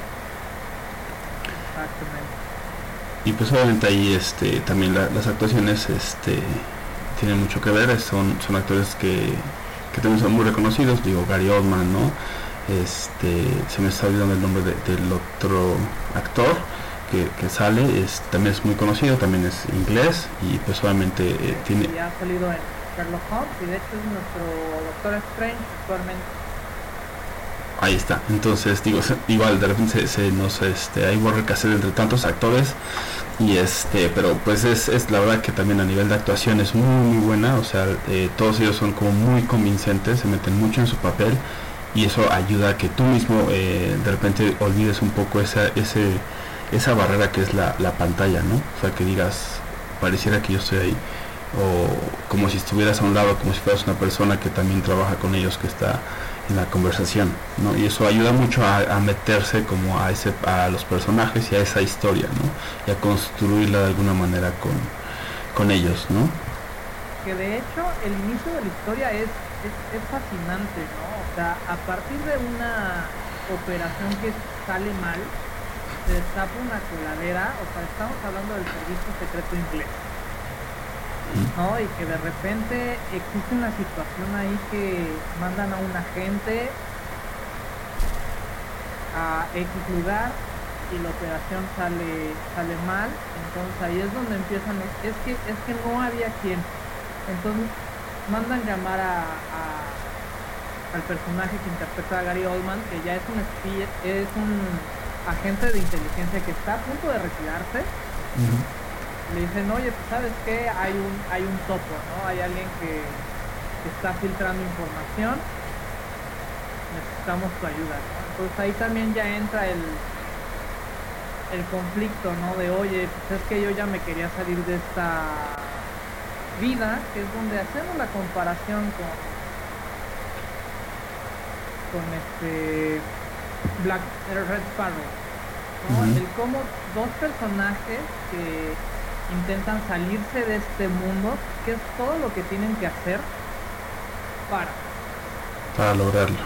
A: Y pues obviamente ahí también las actuaciones tienen mucho que ver, son actores que también son muy reconocidos, digo, Gary Oldman, ¿no? Se me está olvidando el nombre del otro actor que sale, también es muy conocido, también es inglés, y pues obviamente tiene...
B: Ya ha salido en Sherlock Holmes, y de hecho es nuestro Doctor Strange actualmente.
A: Ahí está, entonces digo, igual de repente se nos hay borra que hacer entre tantos actores, y pero pues es la verdad que también a nivel de actuación es muy buena, o sea, todos ellos son como muy convincentes, se meten mucho en su papel, y eso ayuda a que tú mismo de repente olvides un poco esa barrera que es la pantalla, ¿no? O sea, que digas, pareciera que yo estoy ahí, o como si estuvieras a un lado, como si fueras una persona que también trabaja con ellos, que está en la conversación, ¿no? Y eso ayuda mucho a meterse como a los personajes y a esa historia, ¿no? Y a construirla de alguna manera con ellos, ¿no?
B: Que de hecho el inicio de la historia es fascinante, ¿no? O sea, a partir de una operación que sale mal, se destapa una coladera, o sea, estamos hablando del servicio secreto inglés, ¿no? Y que de repente existe una situación ahí que mandan a un agente a X lugar y la operación sale mal, entonces ahí es donde empiezan es que no había quien, entonces mandan llamar al personaje que interpreta a Gary Oldman, que ya es un espía, es un agente de inteligencia que está a punto de retirarse. Le dicen, oye, pues sabes qué, hay un topo, ¿no? Hay alguien que está filtrando información, necesitamos tu ayuda, ¿no? Entonces ahí también ya entra el conflicto, ¿no? De, oye, pues es que yo ya me quería salir de esta vida, que es donde hacemos la comparación con Red Sparrow, ¿no? El cómo dos personajes que intentan salirse de este mundo, que es todo lo que tienen que hacer para
A: lograrlo.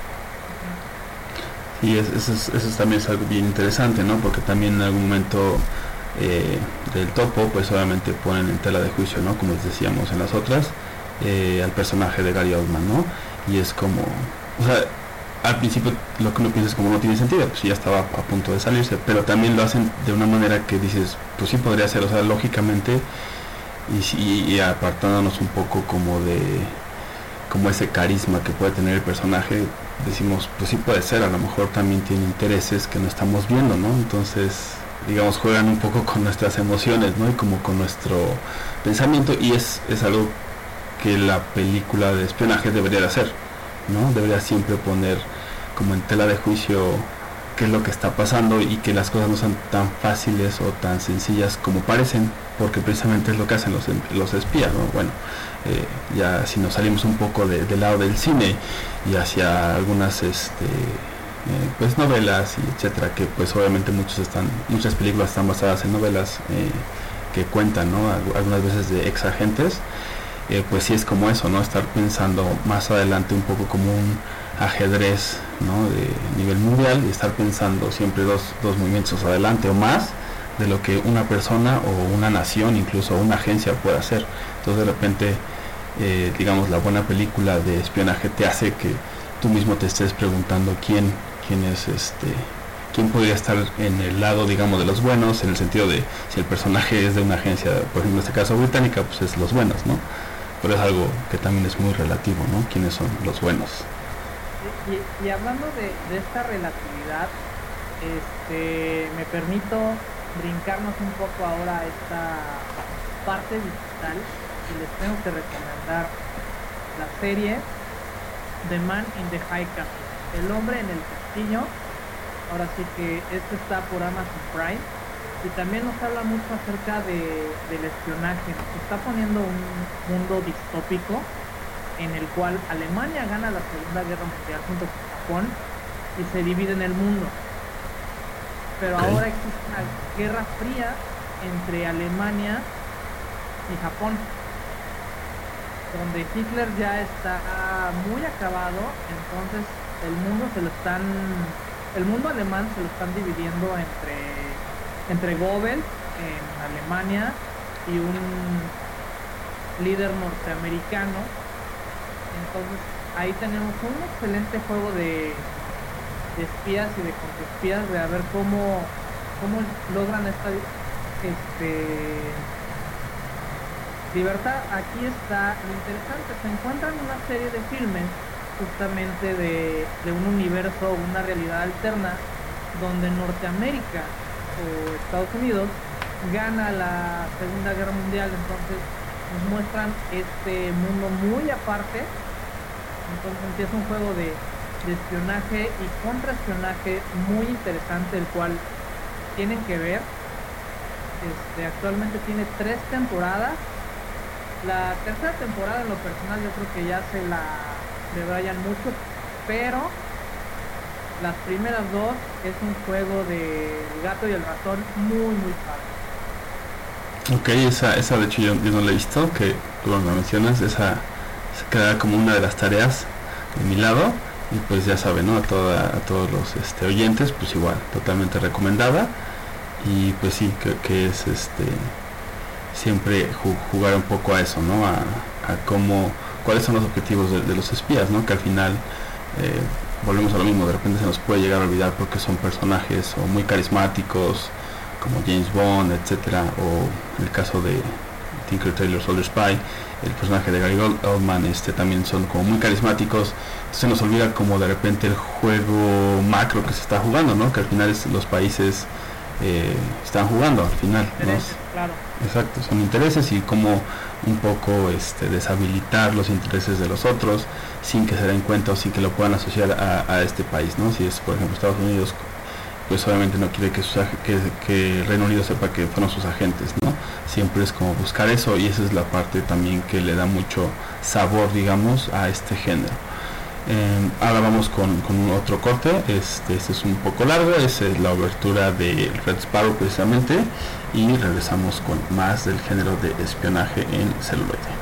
A: Y eso también es algo bien interesante, ¿no? Porque también en algún momento del topo, pues obviamente ponen en tela de juicio, ¿no? Como les decíamos en las otras, al personaje de Gary Oldman, ¿no? Y es como, o sea, al principio lo que uno piensa es como no tiene sentido, pues ya estaba a punto de salirse, pero también lo hacen de una manera que dices, pues sí podría ser, o sea, lógicamente, y apartándonos un poco como ese carisma que puede tener el personaje, decimos, pues sí puede ser, a lo mejor también tiene intereses que no estamos viendo, ¿no? Entonces, digamos, juegan un poco con nuestras emociones, ¿no? Y como con nuestro pensamiento, y es algo que la película de espionaje debería de hacer, ¿no? Debería siempre poner como en tela de juicio qué es lo que está pasando, y que las cosas no son tan fáciles o tan sencillas como parecen, porque precisamente es lo que hacen los espías, ¿no? Bueno, ya si nos salimos un poco del lado del cine y hacia algunas pues novelas y etcétera, que pues obviamente muchas películas están basadas en novelas que cuentan, ¿no? Algunas veces de ex agentes, pues sí es como eso, ¿no? Estar pensando más adelante un poco como un ajedrez, ¿no? De nivel mundial, y estar pensando siempre dos movimientos adelante o más de lo que una persona o una nación, incluso una agencia puede hacer. Entonces de repente, digamos, la buena película de espionaje te hace que tú mismo te estés preguntando quién es quién podría estar en el lado, digamos, de los buenos, en el sentido de si el personaje es de una agencia, por ejemplo, en este caso británica, pues es los buenos, ¿no? Pero es algo que también es muy relativo, ¿no? ¿Quiénes son los buenos?
B: Y hablando de esta relatividad, me permito brincarnos un poco ahora a esta parte digital y les tengo que recomendar la serie The Man in the High Castle, El hombre en el castillo. Ahora sí que esto está por Amazon Prime y también nos habla mucho acerca del espionaje. Nos está poniendo un mundo distópico en el cual Alemania gana la Segunda Guerra Mundial junto con Japón y se divide en el mundo. Pero
A: Okay.
B: ahora existe una guerra fría entre Alemania y Japón, donde Hitler ya está muy acabado. Entonces el mundo alemán se lo están dividiendo entre Goebbels en Alemania y un líder norteamericano. Entonces ahí tenemos un excelente juego de espías y de contraespías, de a ver cómo logran esta libertad. Aquí está lo interesante: se encuentran una serie de filmes justamente de un universo, una realidad alterna, donde Norteamérica o Estados Unidos gana la Segunda Guerra Mundial. Entonces nos muestran este mundo muy aparte. Entonces empieza un juego de espionaje y contraespionaje muy interesante, el cual tienen que ver. Actualmente tiene 3 temporadas. La tercera temporada, en lo personal, yo creo que ya se la debrayan mucho, pero las primeras dos es un juego de gato y el ratón muy, muy padre.
A: Ok, esa de hecho yo no la he visto, que tú lo mencionas, esa se queda como una de las tareas de mi lado. Y pues ya saben, ¿no? A todos los oyentes, pues igual, totalmente recomendada. Y pues sí, que es siempre jugar un poco a eso, ¿no? A cómo, cuáles son los objetivos de los espías, ¿no? Que al final volvemos a lo mismo, de repente se nos puede llegar a olvidar porque son personajes o muy carismáticos, como James Bond, etcétera, o el caso de Tinker Tailor Soldier Spy, el personaje de Gary Oldman, también son como muy carismáticos. Se nos olvida como de repente el juego macro que se está jugando, ¿no? Que al final los países están jugando al final, ¿no?
B: Claro.
A: Exacto, son intereses y cómo un poco deshabilitar los intereses de los otros sin que se den cuenta o sin que lo puedan asociar a este país, ¿no? Si es, por ejemplo, Estados Unidos, pues obviamente no quiere que Reino Unido sepa que fueron sus agentes, ¿no? Siempre es como buscar eso, y esa es la parte también que le da mucho sabor, digamos, a este género. Ahora vamos con un otro corte. Este es un poco largo, es la obertura de Red Sparrow precisamente, y regresamos con más del género de espionaje en celuloide.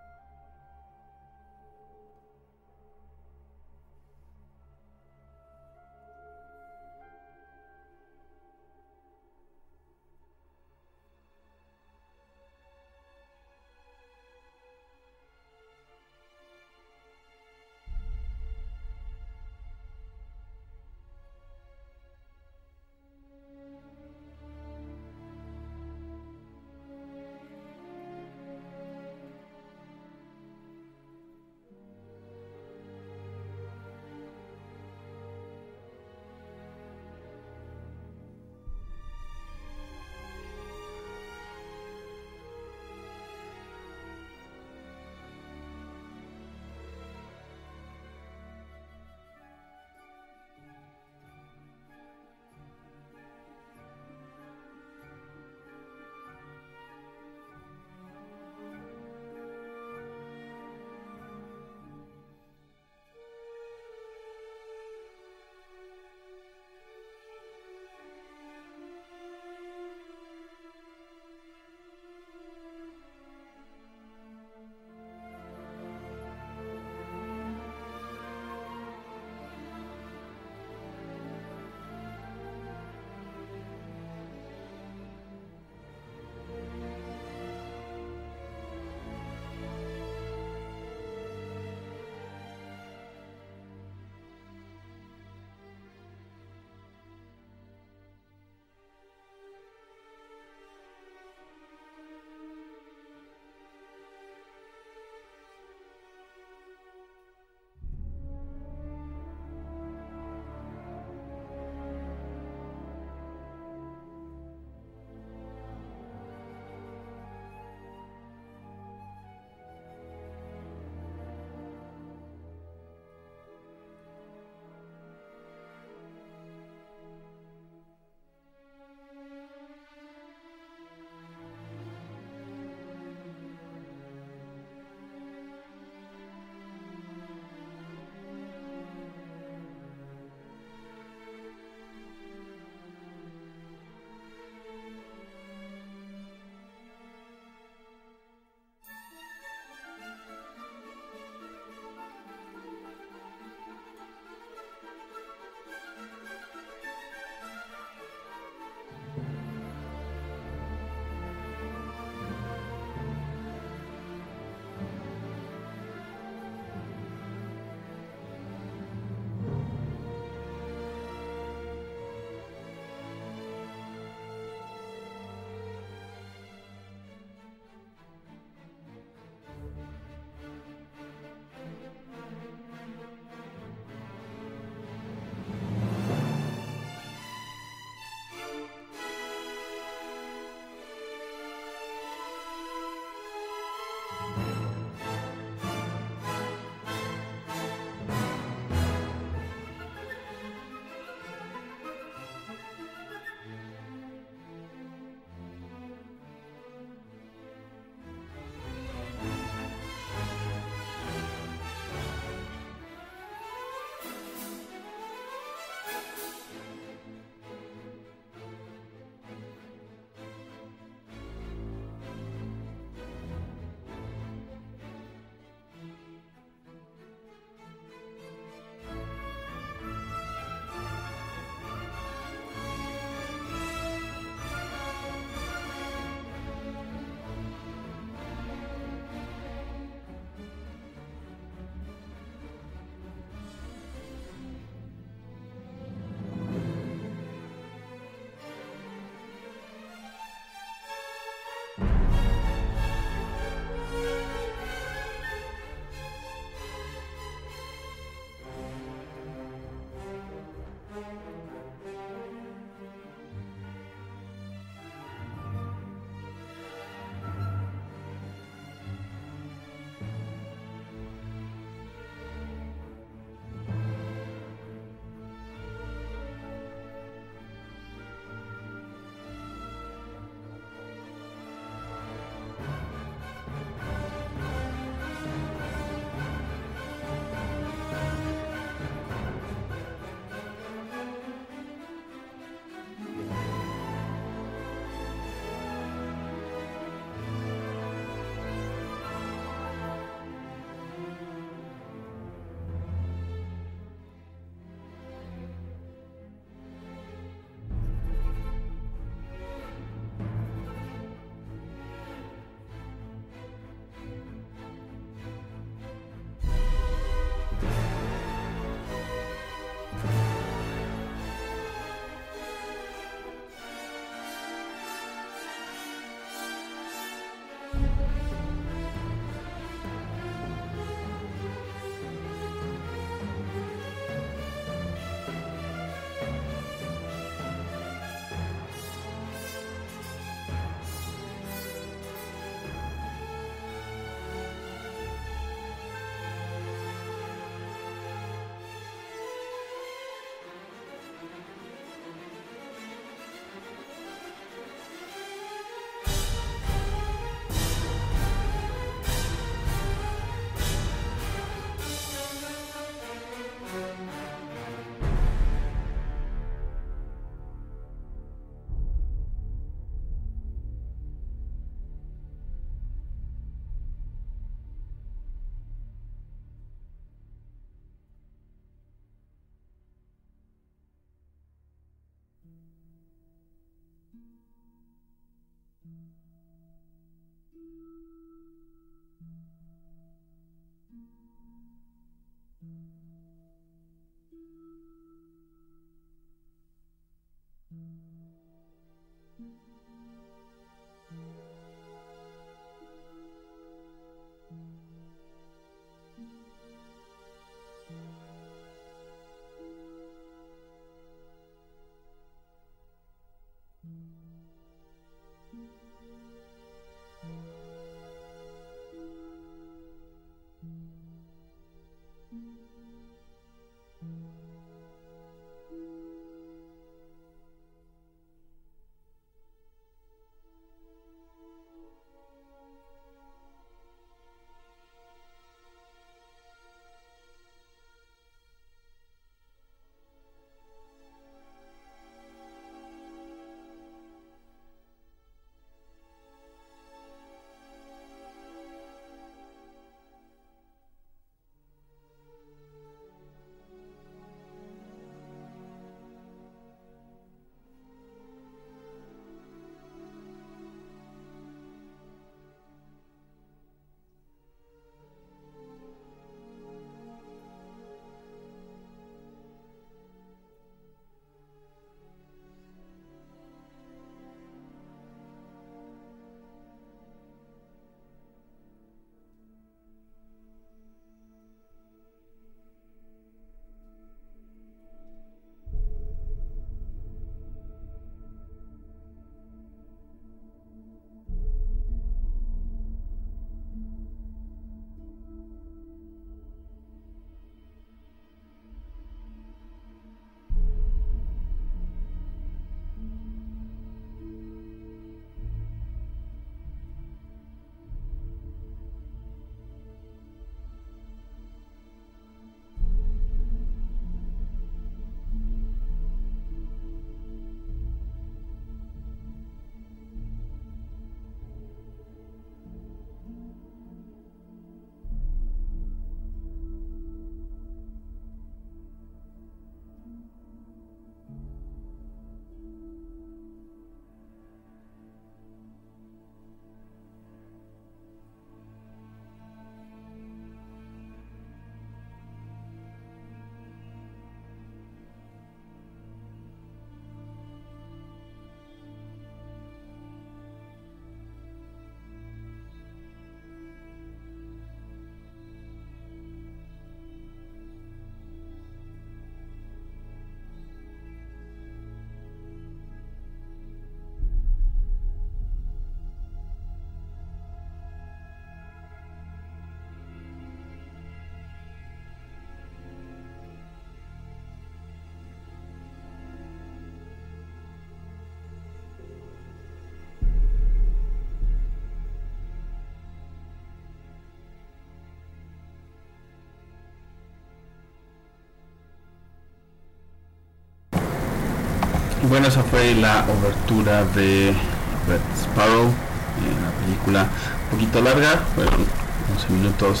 A: Bueno, esa fue la obertura de Red Sparrow, la película un poquito larga, fueron 11 minutos,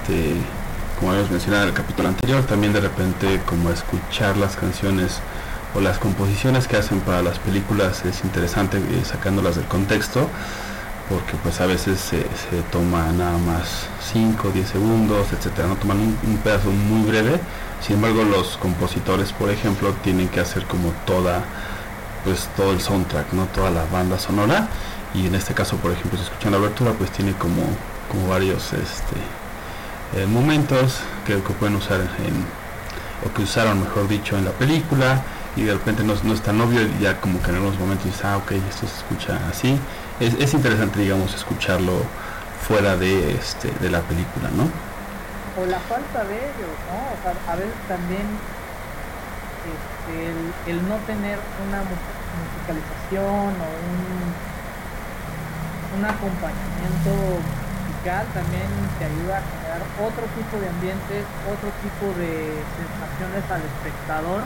A: como habíamos mencionado en el capítulo anterior. También de repente como escuchar las canciones o las composiciones que hacen para las películas es interesante, sacándolas del contexto, porque pues a veces se toma nada más 5 o 10 segundos, etcétera, no toman un pedazo muy breve. Sin embargo, los compositores, por ejemplo, tienen que hacer como todo el soundtrack, ¿no? Toda la banda sonora, y en este caso, por ejemplo, si escuchan la abertura, pues tiene como varios momentos que pueden usar o que usaron, mejor dicho, en la película, y de repente no es tan obvio, y ya como que en algunos momentos dices, ok, esto se escucha así. Es interesante, digamos, escucharlo fuera de la película, ¿no?
B: O la falta de ello, ¿no? O sea, a veces también el no tener una musicalización o un acompañamiento musical también te ayuda a generar otro tipo de ambientes, otro tipo de sensaciones al espectador.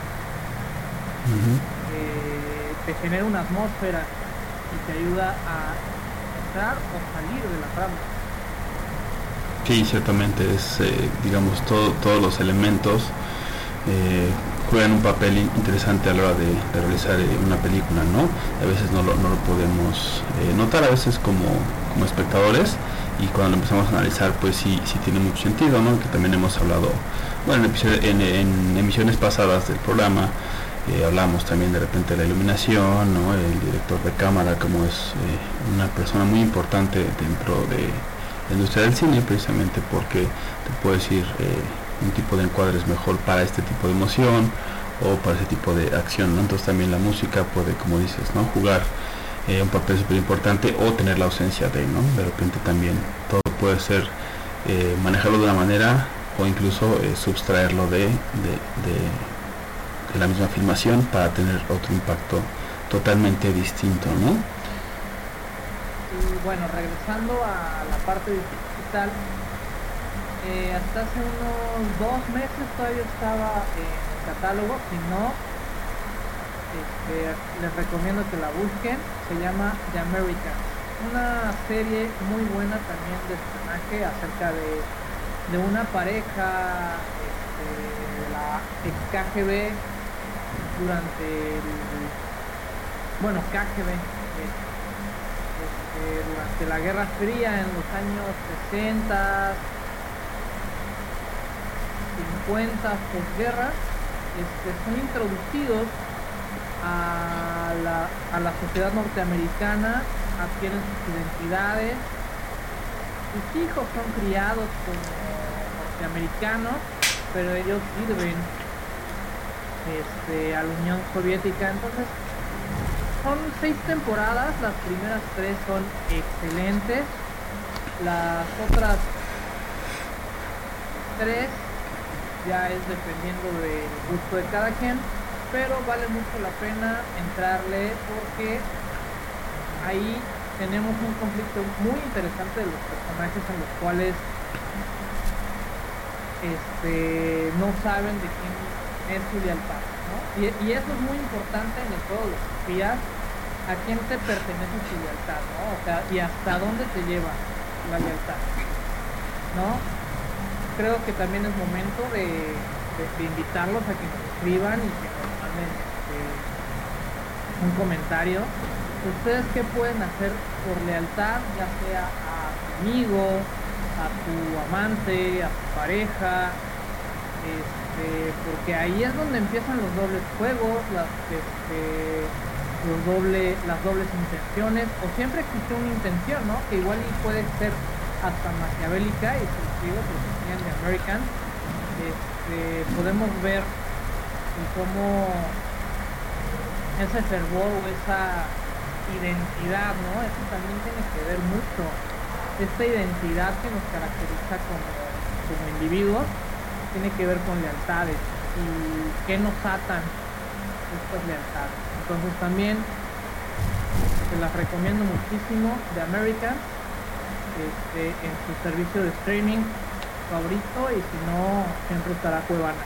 B: Te genera una atmósfera y te ayuda a entrar o salir de la trama.
A: Sí, ciertamente es, digamos, todos los elementos juegan un papel interesante a la hora de realizar una película, ¿no? A veces no lo podemos notar, a veces como espectadores, y cuando lo empezamos a analizar, pues sí tiene mucho sentido, ¿no? Que también hemos hablado, bueno, en emisiones pasadas del programa, hablamos también de repente de la iluminación, ¿no? El director de cámara, como es una persona muy importante dentro de la industria del cine, precisamente porque te puede decir un tipo de encuadres mejor para este tipo de emoción o para ese tipo de acción, ¿no? Entonces también la música puede, como dices, ¿no? Jugar un papel súper importante, o tener la ausencia de, ¿no? De repente también todo puede ser manejarlo de una manera, o incluso subtraerlo de la misma filmación para tener otro impacto totalmente distinto, ¿no?
B: Y bueno, regresando a la parte digital, hasta hace unos 2 meses todavía estaba en el catálogo. Si no, les recomiendo que la busquen. Se llama The Americans, una serie muy buena también de espionaje acerca de una pareja de la ex KGB durante KGB durante la Guerra Fría en los años 60, 50, posguerra. Son introducidos a la sociedad norteamericana, adquieren sus identidades, sus hijos son criados como norteamericanos, pero ellos sirven a la Unión Soviética. Entonces son 6 temporadas, las primeras 3 son excelentes, las otras 3 ya es dependiendo del gusto de cada quien, pero vale mucho la pena entrarle porque ahí tenemos un conflicto muy interesante de los personajes en los cuales no saben de quién es su lealtad, ¿no? Y eso es muy importante en el juego de los espías, a quién te pertenece su lealtad, ¿no? O sea, y hasta dónde te lleva la lealtad, ¿no? Creo que también es momento de invitarlos a que nos escriban y que nos manden un comentario. ¿Ustedes qué pueden hacer por lealtad, ya sea a tu amigo, a tu amante, a tu pareja? Porque ahí es donde empiezan los dobles juegos, las dobles intenciones, o siempre existe una intención, ¿no? Que igual y puede ser hasta maquiavélica, y se los digo porque en The American podemos ver cómo ese fervor o esa identidad, ¿no? Eso también tiene que ver mucho, esta identidad que nos caracteriza como individuos, tiene que ver con lealtades y qué nos atan estas lealtades. Entonces también se las recomiendo muchísimo, The American, en su servicio de streaming favorito, y si no, siempre estará Cuevana.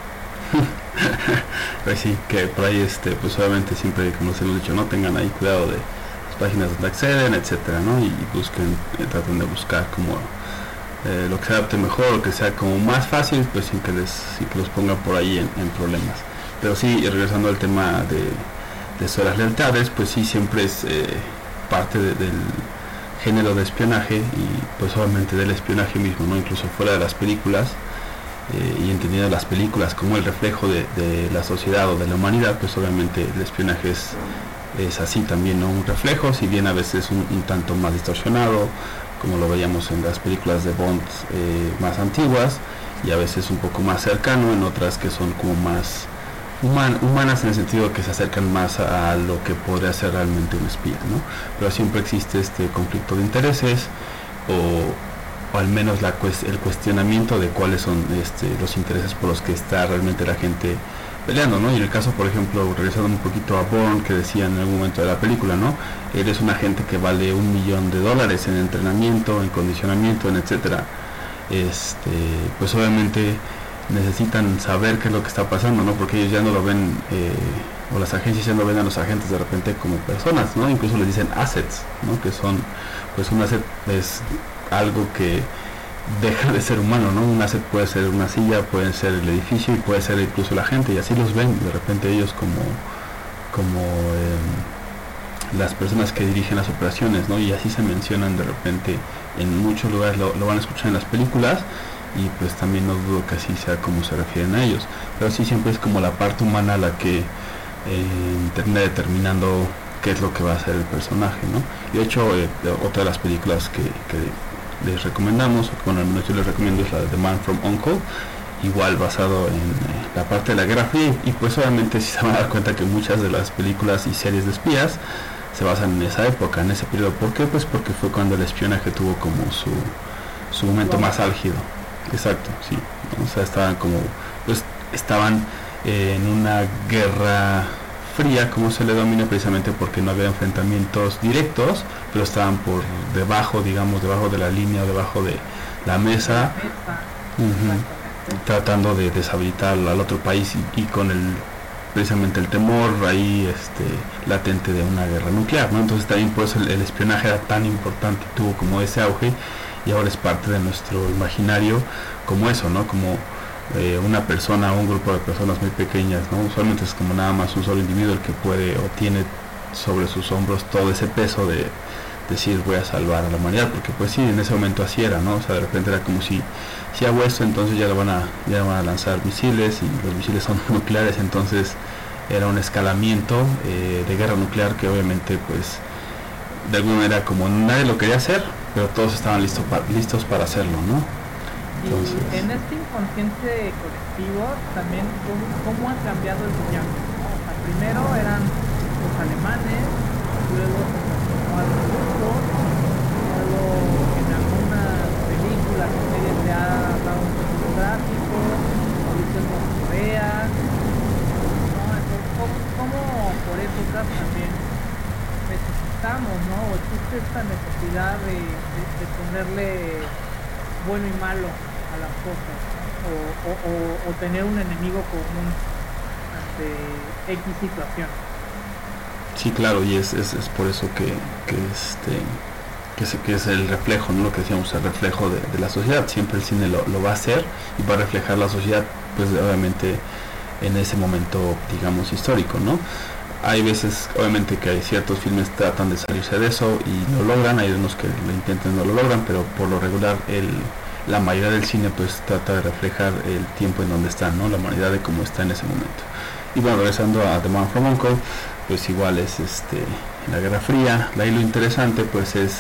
A: Pues sí, que por ahí pues obviamente siempre, como se lo he dicho, no tengan ahí cuidado de las páginas donde acceden, etcétera, ¿no? Y busquen, traten de buscar como lo que se adapte mejor, lo que sea como más fácil, pues sin que los pongan por ahí en problemas. Pero sí, regresando al tema de eso de las lealtades, pues sí, siempre es parte del género de espionaje, y pues obviamente del espionaje mismo, ¿no? Incluso fuera de las películas, y entendiendo las películas como el reflejo de la sociedad o de la humanidad, pues obviamente el espionaje es así también, ¿no? Un reflejo, si bien a veces un tanto más distorsionado, como lo veíamos en las películas de Bond más antiguas, y a veces un poco más cercano en otras que son como más humanas, en el sentido que se acercan más a lo que podría ser realmente un espía, ¿no? Pero siempre existe este conflicto de intereses, o al menos el cuestionamiento de cuáles son los intereses por los que está realmente la gente peleando, ¿no? Y en el caso, por ejemplo, regresando un poquito a Bourne, que decía en algún momento de la película, ¿no? Eres un agente que vale $1 millón en entrenamiento, en condicionamiento, en etcétera. Pues obviamente necesitan saber qué es lo que está pasando, ¿no? Porque ellos ya no lo ven, o las agencias ya no ven a los agentes de repente como personas, ¿no? Incluso les dicen assets, ¿no? Que son, pues un asset es algo que deja de ser humano, ¿no? Un asset puede ser una silla, puede ser el edificio y puede ser incluso la gente, y así los ven de repente ellos como las personas que dirigen las operaciones, ¿no? Y así se mencionan de repente en muchos lugares, lo van a escuchar en las películas, y pues también no dudo que así sea como se refieren a ellos, pero sí siempre es como la parte humana la que termina determinando qué es lo que va a hacer el personaje, ¿no? Y de hecho otra de las películas que les recomendamos, bueno, al menos yo les recomiendo, es la de The Man from U.N.C.L.E., igual basado en la parte de la Guerra Fría, y pues obviamente si se van a dar cuenta que muchas de las películas y series de espías se basan en esa época, en ese periodo. ¿Por qué? Pues porque fue cuando el espionaje tuvo como su momento más álgido. Exacto, sí, ¿no? O sea, estaban en una guerra fría, como se le domina, precisamente porque no había enfrentamientos directos, pero estaban por debajo, digamos, debajo de la línea, debajo de la mesa, tratando de deshabilitar al otro país, y con precisamente el temor ahí latente de una guerra nuclear, ¿no? Entonces también por eso el espionaje era tan importante, tuvo como ese auge, y ahora es parte de nuestro imaginario como eso, ¿no? Como una persona o un grupo de personas muy pequeñas, ¿no? Usualmente es como nada más un solo individuo el que puede o tiene sobre sus hombros todo ese peso de decir voy a salvar a la humanidad, porque pues sí, en ese momento así era, ¿no? O sea, de repente era como si hago esto, entonces ya van a lanzar misiles, y los misiles son nucleares, entonces era un escalamiento de guerra nuclear que obviamente pues de alguna manera como nadie lo quería hacer, pero todos estaban listos para hacerlo, ¿no?
B: Entonces, y en este inconsciente colectivo también cómo ha cambiado el villano, ¿no? O sea, primero eran los alemanes, luego se transformó a los rusos, luego en algunas películas o series se ha dado un poco gráfico, ahorita es North Corea, ¿no? Entonces, ¿cómo por épocas también necesitamos, ¿no? O existe esta necesidad de ponerle bueno y malo a las cosas, ¿no? o tener un enemigo común ante X situación.
A: Sí, claro, y es por eso que es el reflejo, ¿no? Lo que decíamos, el reflejo de la sociedad. Siempre el cine lo va a hacer y va a reflejar la sociedad, pues obviamente en ese momento, digamos, histórico, ¿no? Hay veces, obviamente, que hay ciertos filmes que tratan de salirse de eso y lo logran, hay unos que lo intentan y no lo logran, pero por lo regular la mayoría del cine pues trata de reflejar el tiempo en donde está, ¿no? La humanidad de cómo está en ese momento. Y bueno, regresando a The Man from U.N.C.L.E., pues igual es la Guerra Fría. Ahí lo interesante pues es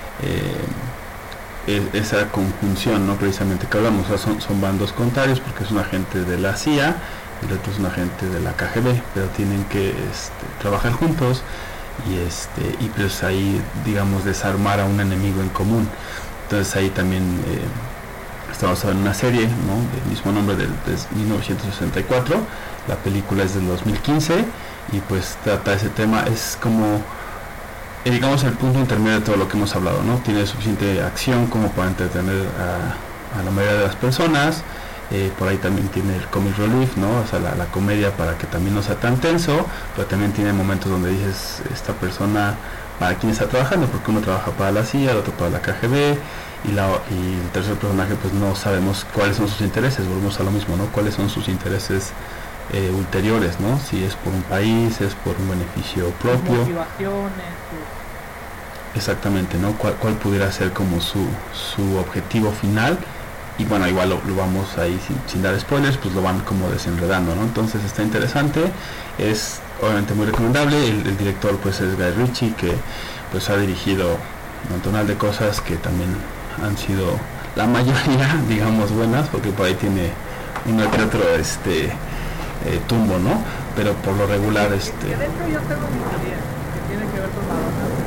A: esa conjunción, ¿no? Precisamente que hablamos, o sea, son bandos contrarios, porque es un agente de la CIA y el otro es un agente de la KGB, pero tienen que trabajar juntos y pues ahí, digamos, desarmar a un enemigo en común. Entonces ahí también está basado en una serie, ¿no? Del mismo nombre de 1964. La película es del 2015 y pues trata ese tema. Es como digamos el punto intermedio de todo lo que hemos hablado, ¿no? Tiene suficiente acción como para entretener a la mayoría de las personas. Por ahí también tiene el comic relief, ¿no? O sea, la comedia, para que también no sea tan tenso, pero también tiene momentos donde dices, esta persona, ¿para quién está trabajando? Porque uno trabaja para la CIA, el otro para la KGB, y el tercer personaje pues no sabemos cuáles son sus intereses. Volvemos a lo mismo, ¿no? Cuáles son sus intereses ulteriores, ¿no? Si es por un país, es por un beneficio propio.
B: Motivaciones.
A: Exactamente, ¿no? ¿Cuál pudiera ser como su objetivo final? Y bueno, igual lo vamos ahí sin dar spoilers, pues lo van como desenredando, ¿no? Entonces está interesante, es obviamente muy recomendable. El director pues es Guy Ritchie, que pues ha dirigido un montón de cosas que también han sido la mayoría, digamos, buenas, porque por ahí tiene uno que otro tumbo, ¿no? Pero por lo regular
B: De hecho yo tengo mi teoría que tiene que ver con Madonna.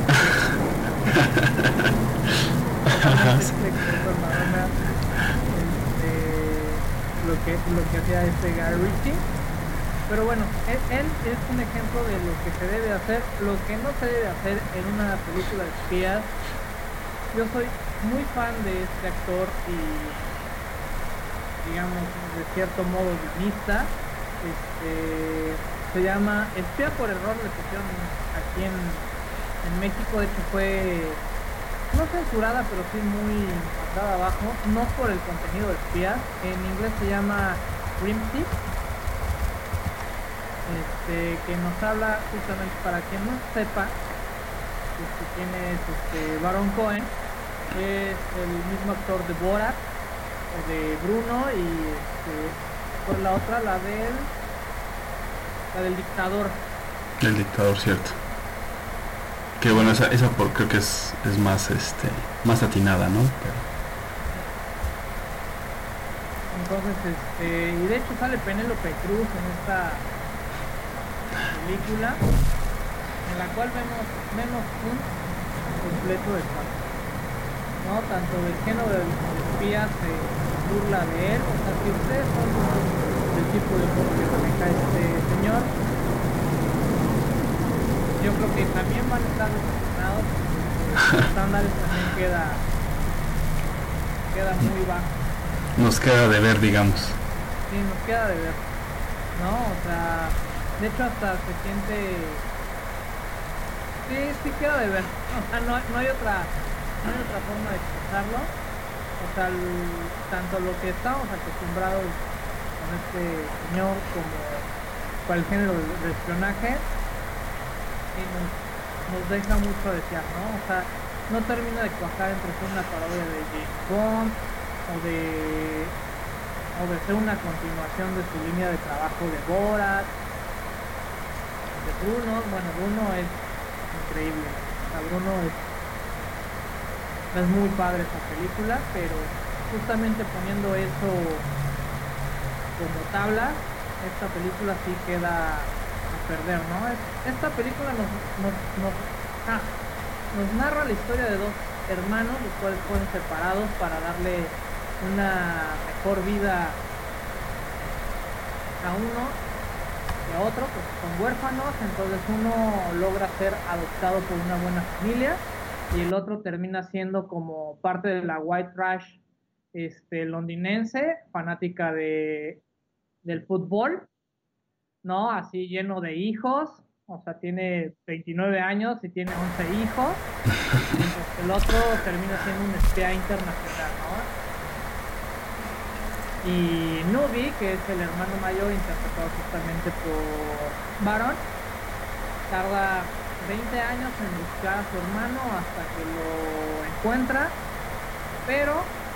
B: Lo que hacía Guy Ritchie, pero bueno, él es un ejemplo de lo que se debe hacer, lo que no se debe hacer en una película de espías. Yo soy muy fan de este actor y, digamos, de cierto modo guionista. Se llama Espía por Error, le pusieron aquí en México. De hecho fue no censurada, pero sí muy dada abajo, no por el contenido de espías, en inglés se llama Grimsby, que nos habla justamente, para quien no sepa, quién es Baron Cohen. Es el mismo actor de Borat o de Bruno, y por la otra, la del dictador.
A: El dictador, cierto. Que bueno, esa creo que es más más atinada, ¿no?
B: Entonces, y de hecho sale Penélope Cruz en esta película, en la cual vemos un completo desfase, ¿no? Tanto del género de espías se burla de él, o sea, si ustedes son del tipo de humor que maneja este señor, yo creo que también van a estar decepcionados, porque los estándares también queda muy bajo.
A: Nos queda de ver, digamos.
B: Sí, nos queda de ver, ¿no? O sea, de hecho hasta se siente... Sí queda de ver. O sea, no hay otra forma de expresarlo. O sea, tanto lo que estamos acostumbrados con este señor como para el género de espionaje, y nos deja mucho a desear, ¿no? O sea, no termina de cuajar entre ser una parodia de James Bond o de ser una continuación de su línea de trabajo de Borat, de Bruno. Bueno, Bruno es increíble, o sea, Bruno es muy padre esa película, pero justamente poniendo eso como tabla, esta película sí queda a perder, ¿no? Esta película nos narra la historia de dos hermanos, los cuales fueron separados para darle una mejor vida a uno y a otro, pues son huérfanos. Entonces uno logra ser adoptado por una buena familia y el otro termina siendo como parte de la white trash londinense, fanática del fútbol, ¿no? Así lleno de hijos, o sea, tiene 29 años y tiene 11 hijos, mientras que el otro termina siendo un espía internacional, ¿no? Y Nubi, que es el hermano mayor, interpretado justamente por Baron, tarda 20 años en buscar a su hermano hasta que lo encuentra, pero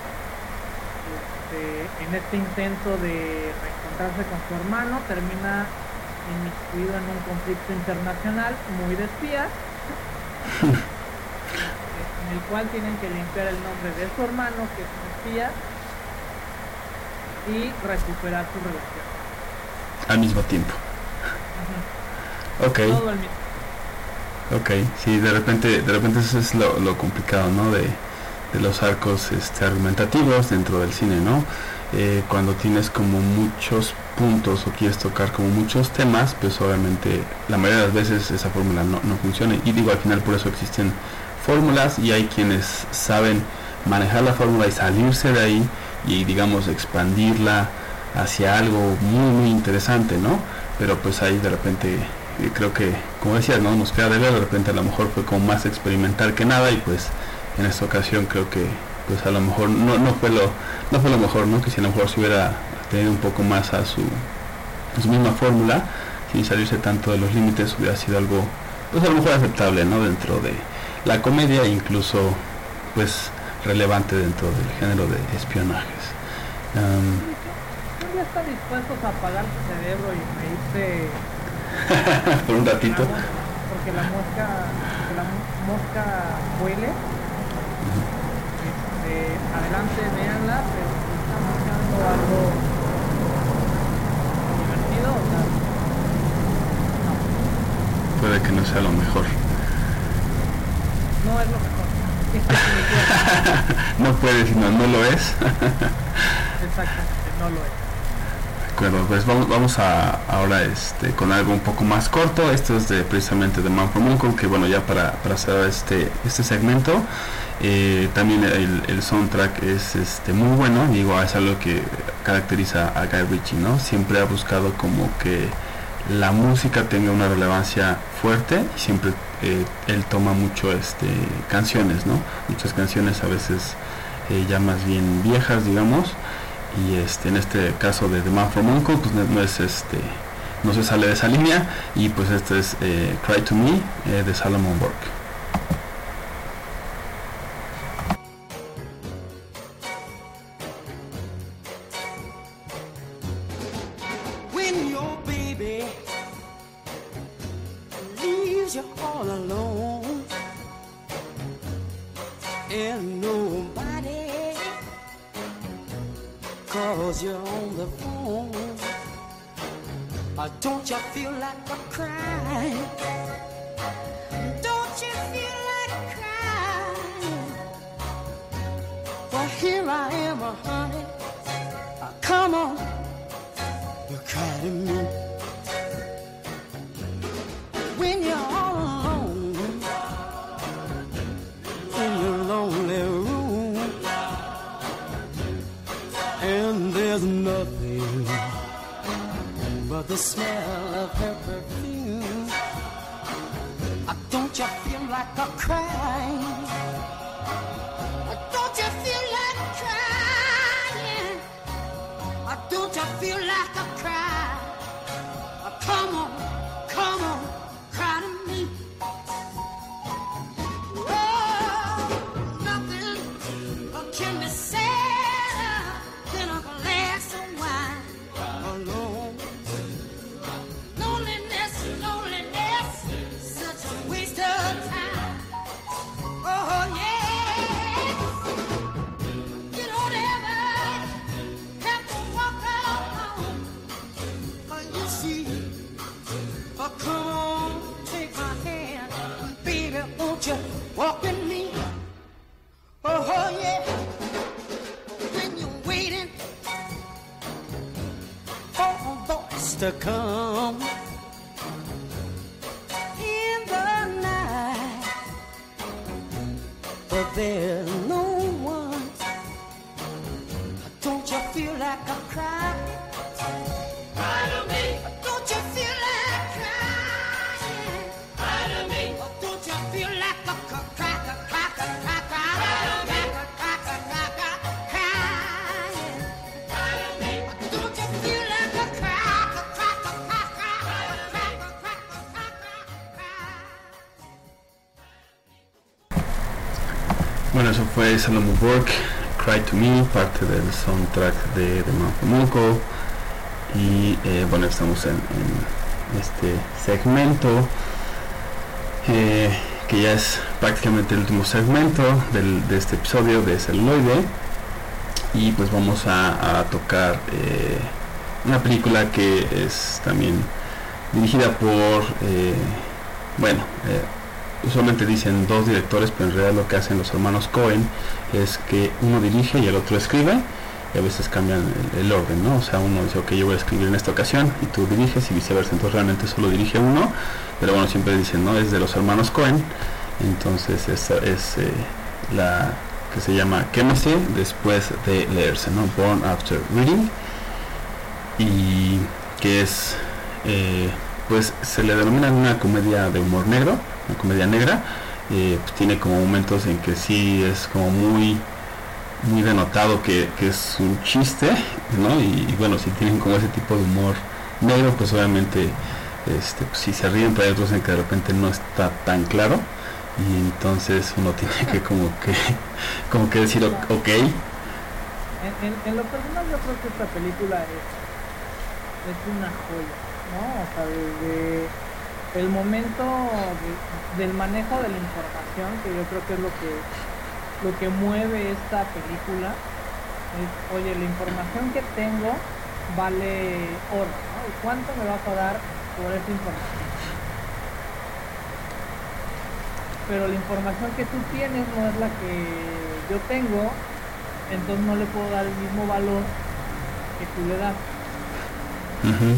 B: en este intento de reencontrarse con su hermano termina inmiscuido en un conflicto internacional muy de espías, en el cual tienen que limpiar el nombre de su hermano, que es un espía, y recuperar su relación
A: al mismo tiempo.
B: Okay. Todo al mismo.
A: Okay, sí, de repente eso es lo complicado, ¿no? De los arcos argumentativos dentro del cine, ¿no? Cuando tienes como muchos puntos o quieres tocar como muchos temas, pues obviamente la mayoría de las veces esa fórmula no funciona, y digo, al final por eso existen fórmulas, y hay quienes saben manejar la fórmula y salirse de ahí y, digamos, expandirla hacia algo muy muy interesante, ¿no? Pero pues ahí de repente creo que, como decías, ¿no? Nos queda de ver, de repente a lo mejor fue como más experimental que nada, y pues en esta ocasión creo que pues a lo mejor no fue lo mejor, ¿no? Que si a lo mejor se hubiera tenido un poco más a su misma fórmula, sin salirse tanto de los límites, hubiera sido algo pues a lo mejor aceptable, ¿no? Dentro de la comedia, incluso pues relevante dentro del género de espionajes.
B: Ya están dispuestos a apagar su cerebro y reírse
A: por un ratito,
B: porque la mosca huele. Adelante, véanla, pero si están buscando algo divertido, o sea, no.
A: Puede que no sea lo mejor.
B: No es lo mejor.
A: No puede, sino no lo es.
B: Exactamente, no lo es.
A: De acuerdo, pues vamos ahora con algo un poco más corto. Esto es precisamente de Man from Uncle, que bueno, ya para cerrar este segmento, también el soundtrack es muy bueno. Digo, es algo que caracteriza a Guy Ritchie, ¿no? Siempre ha buscado como que la música tenga una relevancia fuerte, y siempre él toma mucho canciones, ¿no? Muchas canciones a veces ya más bien viejas, digamos, y en este caso de The Man from U.N.C.L.E. pues no se sale de esa línea, y pues este es Cry to Me de Salomon Burke.
C: Don't you feel like a crying? Don't you feel like crying? Well, here I am, honey. Come on, you cry to me. When you're all alone in your lonely room, and there's nothing but the smell of her perfume. Don't you feel like a crying? Don't you feel like crying? Don't you feel like a cry? Come on, cry to me. Oh, nothing can be sadder than a glass of wine alone. Loneliness, such a waste of time. Oh yeah, you don't ever have to walk alone. You see, come on, take my hand, baby, won't you walk with me? Oh yeah, when you're waiting for a voice to come in the night, but there's no one. Don't you feel like a cry? Cry to me. Don't you feel like crying? Cry to me. Don't you feel like a cry?
A: Bueno, eso fue Salomon Burke, Cry to Me, parte del soundtrack de The Man from U.N.C.L.E. Y bueno, estamos en este segmento que ya es prácticamente el último segmento de este episodio de Celuloide, y pues vamos a tocar una película que es también dirigida por usualmente dicen dos directores, pero en realidad lo que hacen los hermanos Coen es que uno dirige y el otro escribe, y a veces cambian el orden, ¿no? O sea, uno dice, ok, yo voy a escribir en esta ocasión y tú diriges, y viceversa. Entonces realmente solo dirige uno, pero bueno, siempre dicen, no, es de los hermanos Coen. Entonces esta es la que se llama Quémese después de leerse, ¿no? Born After Reading, y que es pues se le denomina una comedia de humor negro, una comedia negra. Pues tiene como momentos en que sí es como muy denotado que es un chiste, ¿no? Y bueno, si tienen como ese tipo de humor negro, pues obviamente pues si se ríen, pero hay otros en que de repente no está tan claro, y entonces uno tiene que como que decir ok.
B: En lo personal yo creo que esta película es una joya, ¿no? O sea, desde el momento del manejo de la información, que yo creo que es lo que mueve esta película, es, oye, la información que tengo vale oro, ¿no? ¿Y cuánto me vas a dar por esa información? Pero la información que tú tienes no es la que yo tengo, entonces no le puedo dar el mismo valor que tú le das.
A: Uh-huh.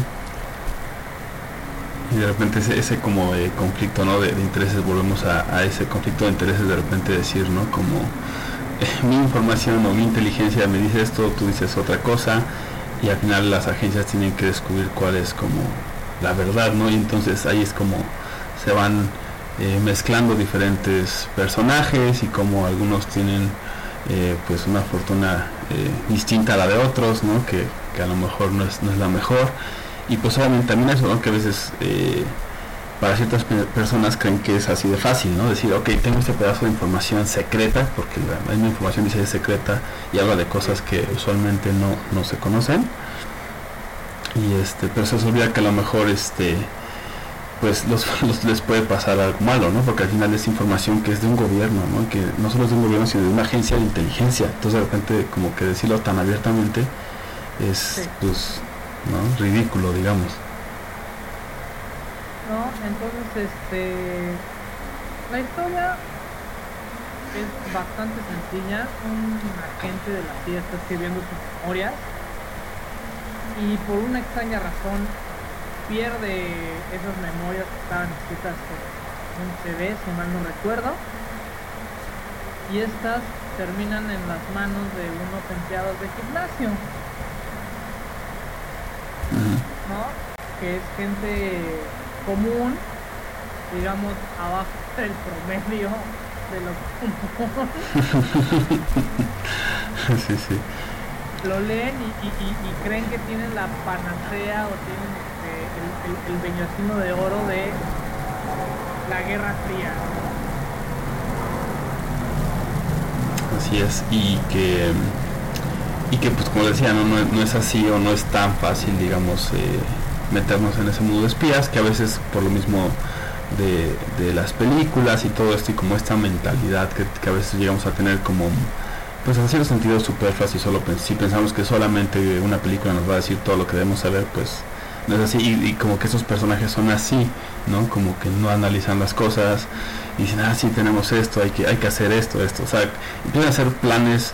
A: Y de repente ese como conflicto, ¿no? de intereses, volvemos a ese conflicto de intereses, de repente decir, ¿no? Como mi información o mi inteligencia me dice esto, tú dices otra cosa, y al final las agencias tienen que descubrir cuál es como la verdad, ¿no? Y entonces ahí es como se van mezclando diferentes personajes, y como algunos tienen pues una fortuna distinta a la de otros, ¿no? Que a lo mejor no es la mejor. Y pues obviamente también eso, ¿no? Que a veces para ciertas personas creen que es así de fácil, ¿no? Decir, ok, tengo este pedazo de información secreta, porque la misma información dice es secreta y habla de cosas que usualmente no se conocen. Y pero se les olvida que a lo mejor pues les puede pasar algo malo, ¿no? Porque al final es información que es de un gobierno, ¿no? Que no solo es de un gobierno, sino de una agencia de inteligencia. Entonces de repente como que decirlo tan abiertamente es, sí, pues, ¿no? Ridículo, digamos.
B: No, entonces la historia es bastante sencilla. Un agente de la CIA está escribiendo sus memorias y por una extraña razón pierde esas memorias que estaban escritas en un CD, si mal no recuerdo, y estas terminan en las manos de unos empleados de gimnasio, ¿no? Que es gente común, digamos, abajo del promedio de lo común.
A: Sí, sí.
B: Lo leen y creen que tienen la panacea o tienen el beñocino de oro de la Guerra Fría.
A: Así es, y que pues como decía, no es así o no es tan fácil, digamos, meternos en ese mundo de espías, que a veces por lo mismo de las películas y todo esto, y como esta mentalidad que a veces llegamos a tener como, pues en cierto sentido superfluo, si pensamos que solamente una película nos va a decir todo lo que debemos saber, pues no es así, y como que esos personajes son así, ¿no? Como que no analizan las cosas y dicen, sí, tenemos esto, hay que hacer esto, o sea, empiezan a hacer planes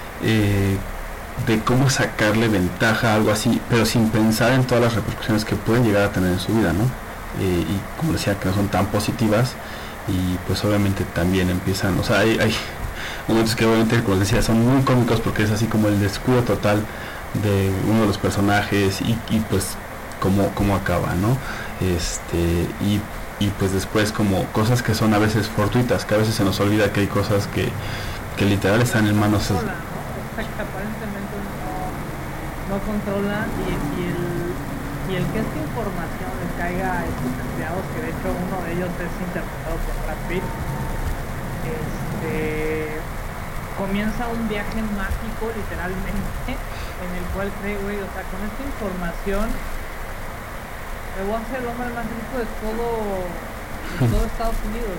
A: de cómo sacarle ventaja a algo así, pero sin pensar en todas las repercusiones que pueden llegar a tener en su vida, ¿no? Y como decía, que no son tan positivas, y pues obviamente también empiezan, o sea, hay momentos que obviamente, como decía, son muy cómicos porque es así como el descuido total de uno de los personajes y pues cómo acaba, ¿no? Y pues después como cosas que son a veces fortuitas, que a veces se nos olvida que hay cosas que literal están en manos.
B: ¿No? O sea, que aparentemente no controla y el que esta información le caiga a estos empleados, que de hecho uno de ellos es interpretado por Brad Pitt, comienza un viaje mágico literalmente en el cual cree, güey, o sea, con esta información me voy a hacer el hombre más rico de todo Estados Unidos.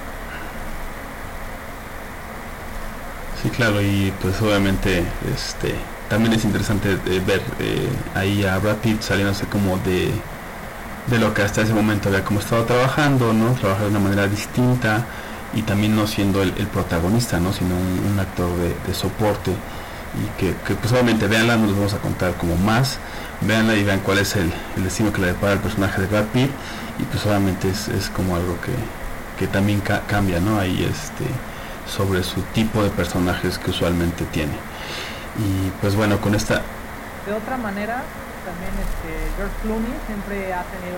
A: Sí, claro, y pues obviamente también es interesante ver ahí a Brad Pitt saliéndose como de lo que hasta ese momento había como estado trabajando, ¿no? Trabajar de una manera distinta y también no siendo el protagonista, ¿no? Sino un actor de soporte, y que pues obviamente véanla, no les vamos a contar como más, véanla y vean cuál es el destino que le depara el personaje de Brad Pitt, y pues obviamente es como algo que también cambia, ¿no? Ahí sobre su tipo de personajes que usualmente tiene. Y pues bueno, con esta...
B: De otra manera, también George Clooney siempre ha tenido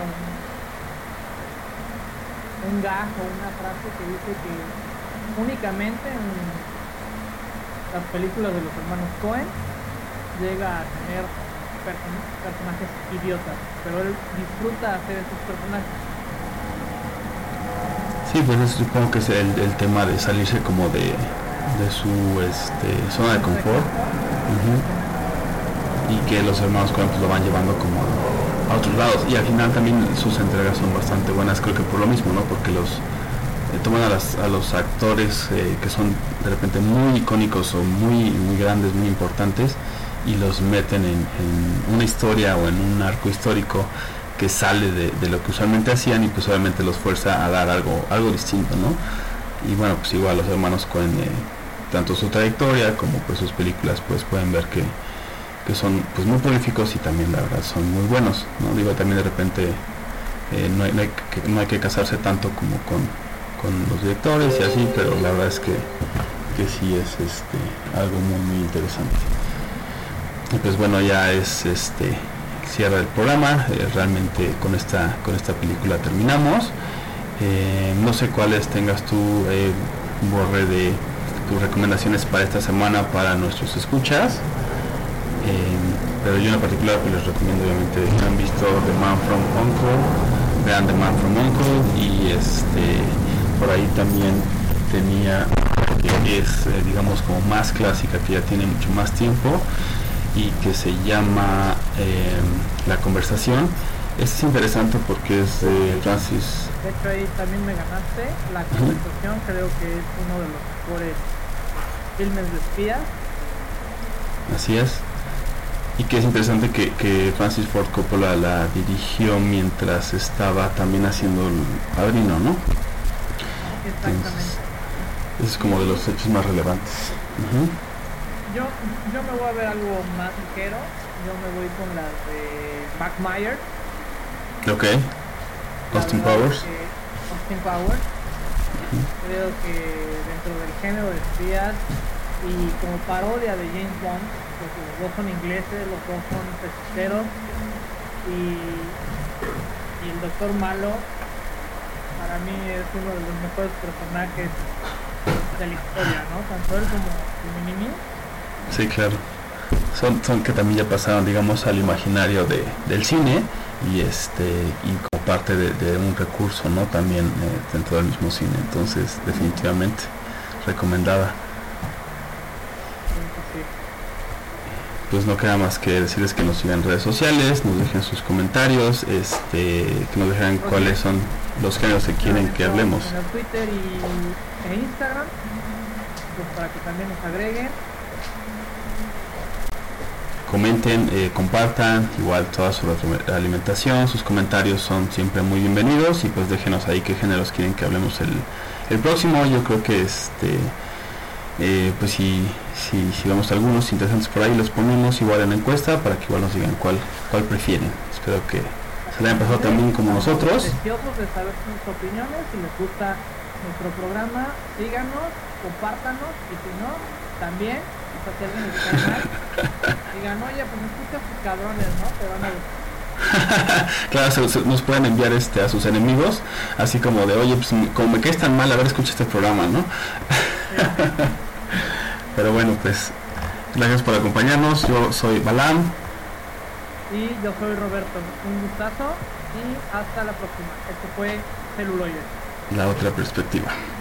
B: un gag o una frase que dice que únicamente en las películas de los hermanos Coen llega a tener personajes idiotas, pero él disfruta hacer esos personajes.
A: Sí, pues eso supongo que es el tema de salirse como de su zona de confort. Y que los hermanos Coen pues lo van llevando como a otros lados, y al final también sus entregas son bastante buenas, creo que por lo mismo, ¿no? Porque los toman a los actores que son de repente muy icónicos o muy grandes, muy importantes, y los meten en una historia o en un arco histórico que sale de lo que usualmente hacían, y pues obviamente los fuerza a dar algo distinto, ¿no? Y bueno, pues igual los hermanos Coen, tanto su trayectoria como pues sus películas, pues pueden ver que son pues muy prolíficos, y también la verdad son muy buenos, ¿no? Digo, también de repente no hay que casarse tanto como con los directores y así, pero la verdad es que sí es algo muy interesante. Y pues bueno, ya es cierra el programa, realmente con esta película terminamos. No sé cuáles tengas tú, Borre, tus recomendaciones para esta semana para nuestros escuchas. Pero yo en particular pues les recomiendo obviamente que han visto The Man from Uncle, vean The Man from Uncle, y por ahí también tenía que es digamos como más clásica, que ya tiene mucho más tiempo y que se llama La Conversación. Es interesante porque es de Francis.
B: De hecho ahí también me ganaste. La Conversación creo que es uno de los mejores filmes de espías.
A: Así es. Y que es interesante que Francis Ford Coppola la dirigió mientras estaba también haciendo El Padrino, ¿no?
B: Exactamente.
A: Entonces, es como de los hechos más relevantes. Uh-huh.
B: Yo me voy a ver algo más ligero. Yo me voy con la de Mac Myers.
A: Ok. Austin Powers.
B: Austin Powers. Uh-huh. Creo que dentro del género de espías y como parodia de James Bond, pues los dos son ingleses, los dos son pesqueros, y el Doctor Malo para mí es uno de los mejores personajes de la historia, ¿no? Tanto él como Mini.
A: Sí, claro. Son que también ya pasaron, digamos, al imaginario del cine y como parte de un recurso, ¿no? También dentro del mismo cine. Entonces, definitivamente recomendada. Pues no queda más que decirles que nos sigan en redes sociales, nos dejen sus comentarios, que nos dejen cuáles son los géneros que quieren que hablemos.
B: En el Twitter e Instagram, pues para que también nos agreguen.
A: Comenten, compartan, igual toda su alimentación, sus comentarios son siempre muy bienvenidos, y pues déjenos ahí qué géneros quieren que hablemos el próximo. Yo creo que pues si vemos algunos interesantes por ahí, los ponemos igual en la encuesta para que igual nos digan cuál prefieren. Espero que se le hayan pasado también como nosotros.
B: Deseosos de saber sus opiniones. Si les gusta nuestro programa, síganos, compártanos, y si no, también, si alguien les cae mal, digan, oye, pues escucha a sus cabrones, ¿no? Te van a gustar.
A: Claro, nos pueden enviar a sus enemigos, así como de, oye, pues como me caes tan mal, a ver, escucha este programa, ¿no? Sí. Pero bueno, pues gracias por acompañarnos. Yo soy Balam.
B: Y yo soy Roberto. Un gustazo y hasta la próxima. Esto fue Celuloide.
A: La otra perspectiva.